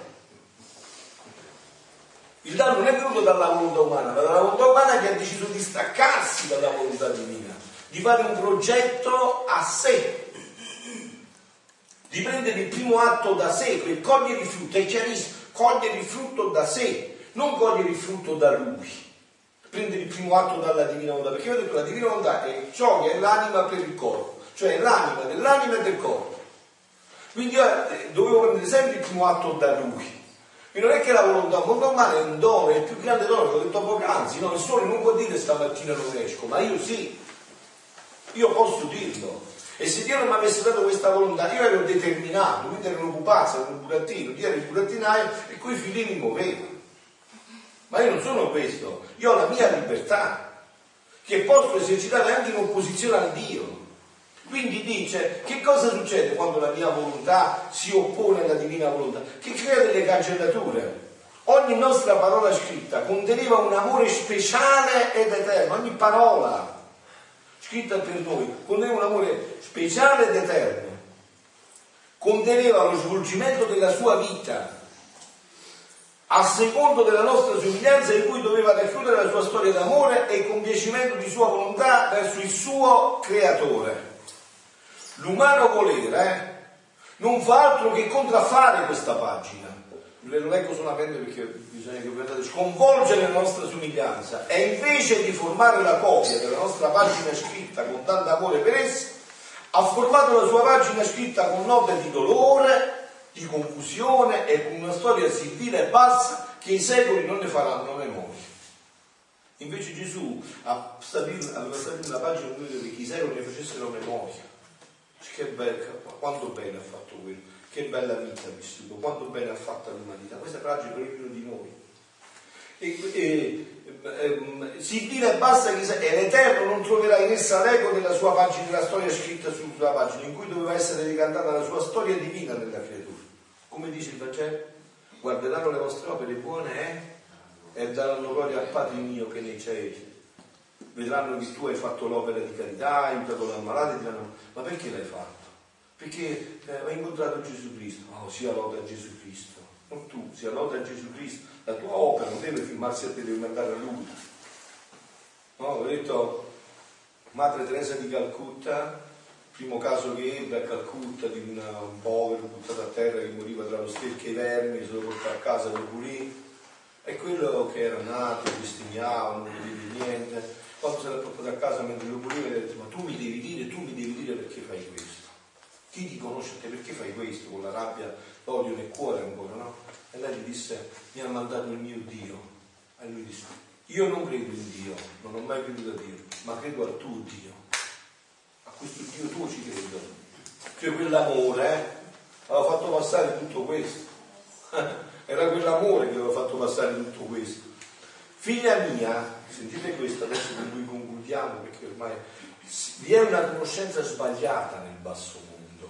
Il danno non è venuto dalla volontà umana, ma dalla volontà umana che ha deciso di staccarsi dalla volontà divina, di fare un progetto a sé, di prendere il primo atto da sé, per cogliere il frutto, è chiarissimo, cogliere il frutto da sé, non cogliere il frutto da lui, prendere il primo atto dalla divina volontà, perché io ho detto la divina volontà è ciò che è l'anima per il corpo, cioè l'anima dell'anima e del corpo. Quindi io dovevo prendere sempre il primo atto da lui. E non è che la volontà, la volontà umana è un dono, è il più grande dono, che ho detto poc'anzi, no? Il sole non può dire stamattina non esco, ma io sì, io posso dirlo. E se Dio non mi avesse dato questa volontà, io ero determinato, quindi ero un pupazzo, ero un burattino, Dio era il burattinaio e coi fili mi muoveva. Ma io non sono questo, io ho la mia libertà, che posso esercitare anche in opposizione al Dio. Quindi dice, che cosa succede quando la mia volontà si oppone alla divina volontà? Che crea delle cancellature. Ogni nostra parola scritta conteneva un amore speciale ed eterno, ogni parola scritta per noi conteneva un amore speciale ed eterno, conteneva lo svolgimento della sua vita a secondo della nostra somiglianza, in cui doveva racchiudere la sua storia d'amore e il compiacimento di sua volontà verso il suo creatore. L'umano volere eh, non fa altro che contraffare questa pagina. Ve lo leggo solamente perché bisogna che vedete, sconvolgere la nostra somiglianza e invece di formare la copia della nostra pagina scritta con tanto amore per essa, ha formato la sua pagina scritta con note di dolore, di confusione e con una storia sì vile e bassa che i secoli non ne faranno memoria. Invece Gesù ha stabilito, aveva stabilito una pagina perché i secoli ne facessero memoria. Che bello, quanto bene ha fatto quello, che bella vita ha vissuto, quanto bene ha fatto all'umanità. Questa pagina per ognuno di noi. E, e, e, si dire e basta che e l'Eterno non troverà in essa l'eco della sua pagina, della storia scritta sulla pagina, in cui doveva essere ricantata la sua storia divina nella creatura. Come dice il Vangelo, guarderanno le vostre opere buone eh? e daranno gloria al Padre mio che nei cieli. Vedranno che tu hai fatto l'opera di carità, hai aiutato l'ammalata e diranno, ma perché l'hai fatto? Perché eh, hai incontrato Gesù Cristo. Oh, sia lode a Gesù Cristo, non tu, sia lode a Gesù Cristo. La tua opera non deve fermarsi a te, deve andare a lui. No, ho detto, Madre Teresa di Calcutta, primo caso che ebbe a Calcutta di una, un povero buttato a terra che moriva tra lo sterco e i vermi, se lo portò a casa, lo pulì. è quello che era nato, bestemmiava, non vedevi niente. Quando se l'ha portato a casa mentre lo puleva, gli ha detto: ma tu mi devi dire, tu mi devi dire perché fai questo. Chi ti conosce te, perché fai questo? Con la rabbia, l'odio nel cuore ancora, no? E lei gli disse: mi ha mandato il mio Dio. E lui disse: io non credo in Dio, non ho mai creduto a Dio, ma credo al tuo Dio. A questo Dio tuo ci credo. Cioè quell'amore eh, aveva fatto passare tutto questo. Era quell'amore che aveva fatto passare tutto questo. Figlia mia, sentite questo adesso con cui concludiamo, perché ormai vi è una conoscenza sbagliata nel basso mondo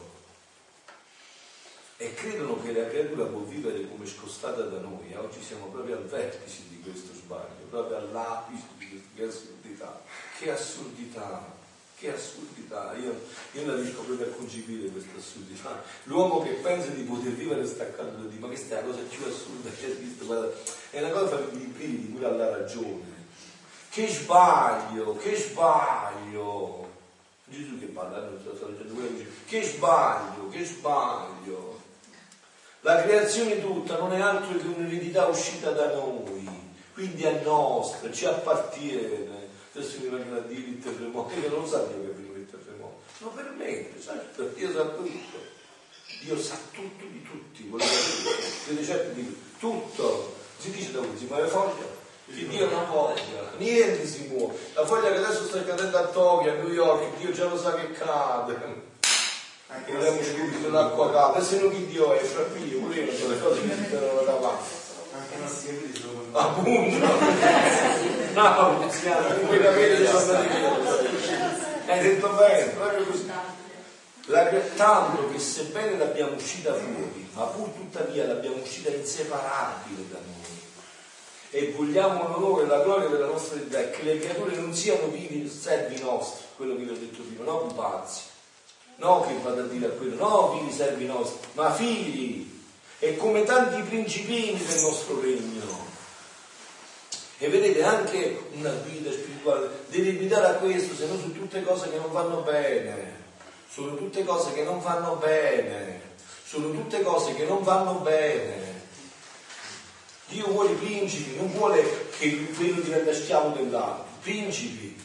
e credono che la creatura può vivere come scostata da noi. Oggi siamo proprio al vertice di questo sbaglio, proprio all'apice di questa assurdità. Che assurdità! Che assurdità, io, io non riesco proprio a concepire questa assurdità. L'uomo che pensa di poter vivere staccato da Dio, ma questa è la cosa più assurda che ho visto. Guarda, è una cosa che mi brividi pure alla ragione. Che sbaglio, che sbaglio. Gesù che parla, non so, sto leggendo quello che dice, che sbaglio, che sbaglio. La creazione tutta non è altro che un'eredità uscita da noi, quindi è nostra, ci appartiene. Adesso mi vengono a dire il terremoto, io non so Dio che è venuto il terremoto, non permette, certo, Dio sa tutto, Dio sa tutto di tutti, volete certo di tutto, si dice da voi, si muove foglia, che Dio non voglia, niente si muove, la foglia che adesso sta cadendo a Tokyo, a New York, Dio già lo sa che cade, vogliamo scoprire l'acqua calda, adesso non chi Dio è, fra io, pure io non so le cose che mi dicono da parte. Anche i nostri capelli sono appunto no, non puoi capire che sono andati via. Hai detto bene, proprio così. La, tanto che sebbene l'abbiamo uscita fuori, ma pur tuttavia l'abbiamo uscita inseparabile da noi e vogliamo l'onore e la gloria della nostra vita, che le creature non siano vivi servi nostri, quello che vi ho detto prima, no pupazzi, no che vado a dire a quello, no vivi servi nostri, ma figli, e come tanti principini del nostro regno. E vedete, anche una guida spirituale deve guidare a questo, se no sono tutte cose che non vanno bene, sono tutte cose che non vanno bene, sono tutte cose che non vanno bene. Dio vuole i principi, non vuole che quello diventa schiavo dell'altro, principi,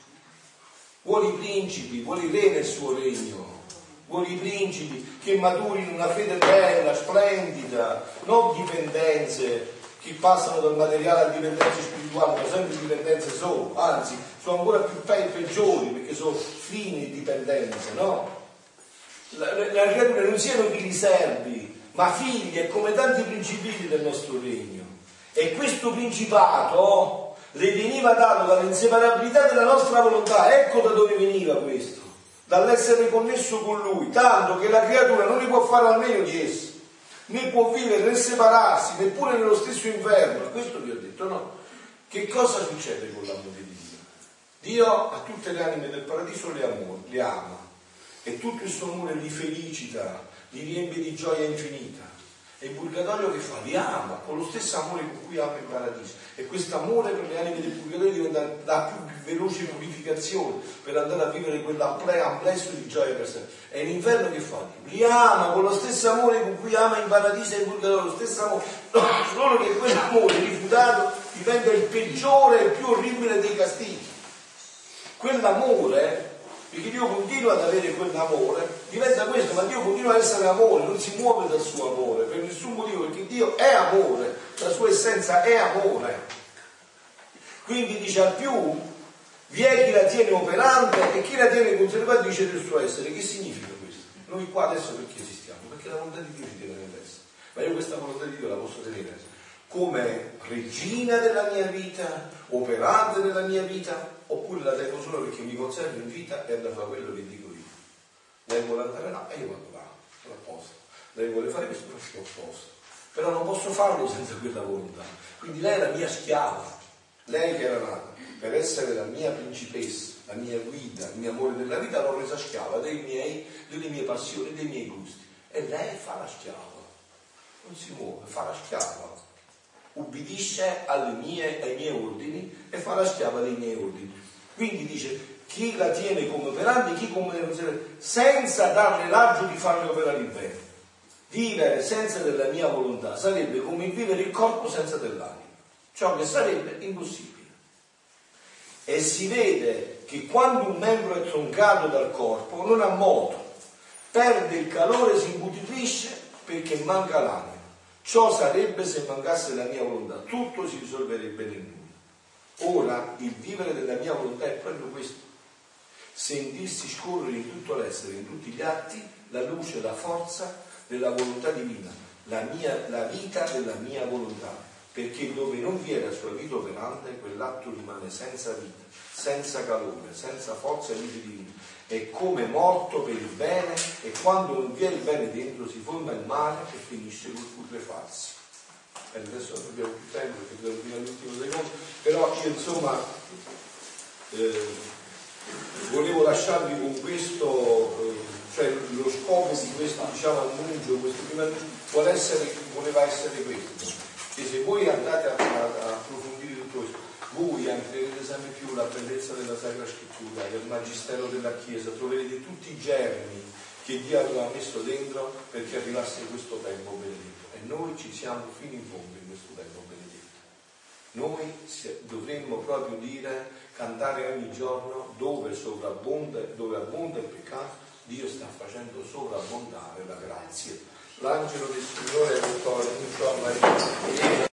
vuole i principi, vuole i re nel suo regno. Vuole i principi che maturino una fede bella, splendida, non dipendenze che passano dal materiale a dipendenze spirituali, ma sempre dipendenze solo, anzi sono ancora più pe- peggiori perché sono fini dipendenze, no? La, la, la creatura non siano figli servi, ma figli, e come tanti principini del nostro regno. E questo principato le veniva dato dall'inseparabilità della nostra volontà. Ecco da dove veniva questo. Dall'essere connesso con lui, tanto che la creatura non ne può fare a meno di esso, né può vivere né separarsi, neppure nello stesso inferno. Questo vi ho detto, no? Che cosa succede con l'amore di Dio? Dio a tutte le anime del paradiso le, amore, le ama, e tutto il suo amore li felicita, li riempie di gioia infinita. E il purgatorio che fa? Li ama con lo stesso amore con cui ama il paradiso, e questo amore per le anime del purgatorio diventa la più veloce purificazione per andare a vivere quell'amplesso di gioia per sempre. E l'inferno che fa? Li ama con lo stesso amore con cui ama il paradiso e il purgatorio, lo stesso amore, solo che quell'amore rifiutato diventa il peggiore e il più orribile dei castighi. Quell'amore, perché Dio continua ad avere quell'amore, diventa questo, ma Dio continua ad essere amore, non si muove dal suo amore per nessun motivo, perché Dio è amore, la sua essenza è amore. Quindi dice al più, vi è chi la tiene operante e chi la tiene conservatrice del suo essere. Che significa questo? Noi qua adesso perché esistiamo? Perché la volontà di Dio ci tiene nell'essere, ma io questa volontà di Dio la posso tenere come regina della mia vita, operante nella mia vita, oppure la tengo solo perché mi conservo in vita e ando a fare quello che dico io. Lei vuole andare là e io vado là, sono a posto. Lei vuole fare questo, sono a posto. Però non posso farlo senza quella volontà. Quindi lei è la mia schiava. Lei che era nata per essere la mia principessa, la mia guida, il mio amore della vita, l'ho resa schiava dei miei, delle mie passioni, dei miei gusti. E lei fa la schiava. Non si muove, fa la schiava. Ubbidisce alle mie, ai miei ordini e fa la schiava dei miei ordini. Quindi dice, chi la tiene come operante, chi come senza darle l'agio di farle operare il bene. Vivere senza della mia volontà sarebbe come vivere il corpo senza dell'anima. ciò che sarebbe impossibile. E si vede che quando un membro è troncato dal corpo non ha moto, perde il calore, si imputridisce perché manca l'anima. Ciò sarebbe se mancasse la mia volontà, tutto si risolverebbe nel nulla. Ora il vivere della mia volontà è proprio questo: sentirsi scorrere in tutto l'essere, in tutti gli atti, la luce, la forza della volontà divina, la, mia, la vita della mia volontà. Perché dove non vi è la sua vita operante, quell'atto rimane senza vita, senza calore, senza forza e luce divina. È come morto per il bene, e quando non vi è il bene dentro si forma il male e finisce col putrefarsi. E adesso non abbiamo più tempo perché devo fino all'ultimo secondo, però io insomma eh, volevo lasciarvi con questo, eh, cioè lo scopo di questo, diciamo, annuncio, questo primo annuncio, vuole essere, voleva essere questo. Che se voi andate a, a, a approfondire tutto questo, voi entrerete sempre più la bellezza della Sacra Scrittura, del Magistero della Chiesa, troverete tutti i germi che Dio aveva messo dentro perché arrivasse questo tempo benedetto. E noi ci siamo fino in fondo in questo tempo benedetto. Noi dovremmo proprio dire, cantare ogni giorno: dove sovrabbonda, dove abbonda il peccato, Dio sta facendo sovrabbondare la grazia. L'angelo del Signore è venuto a Maria.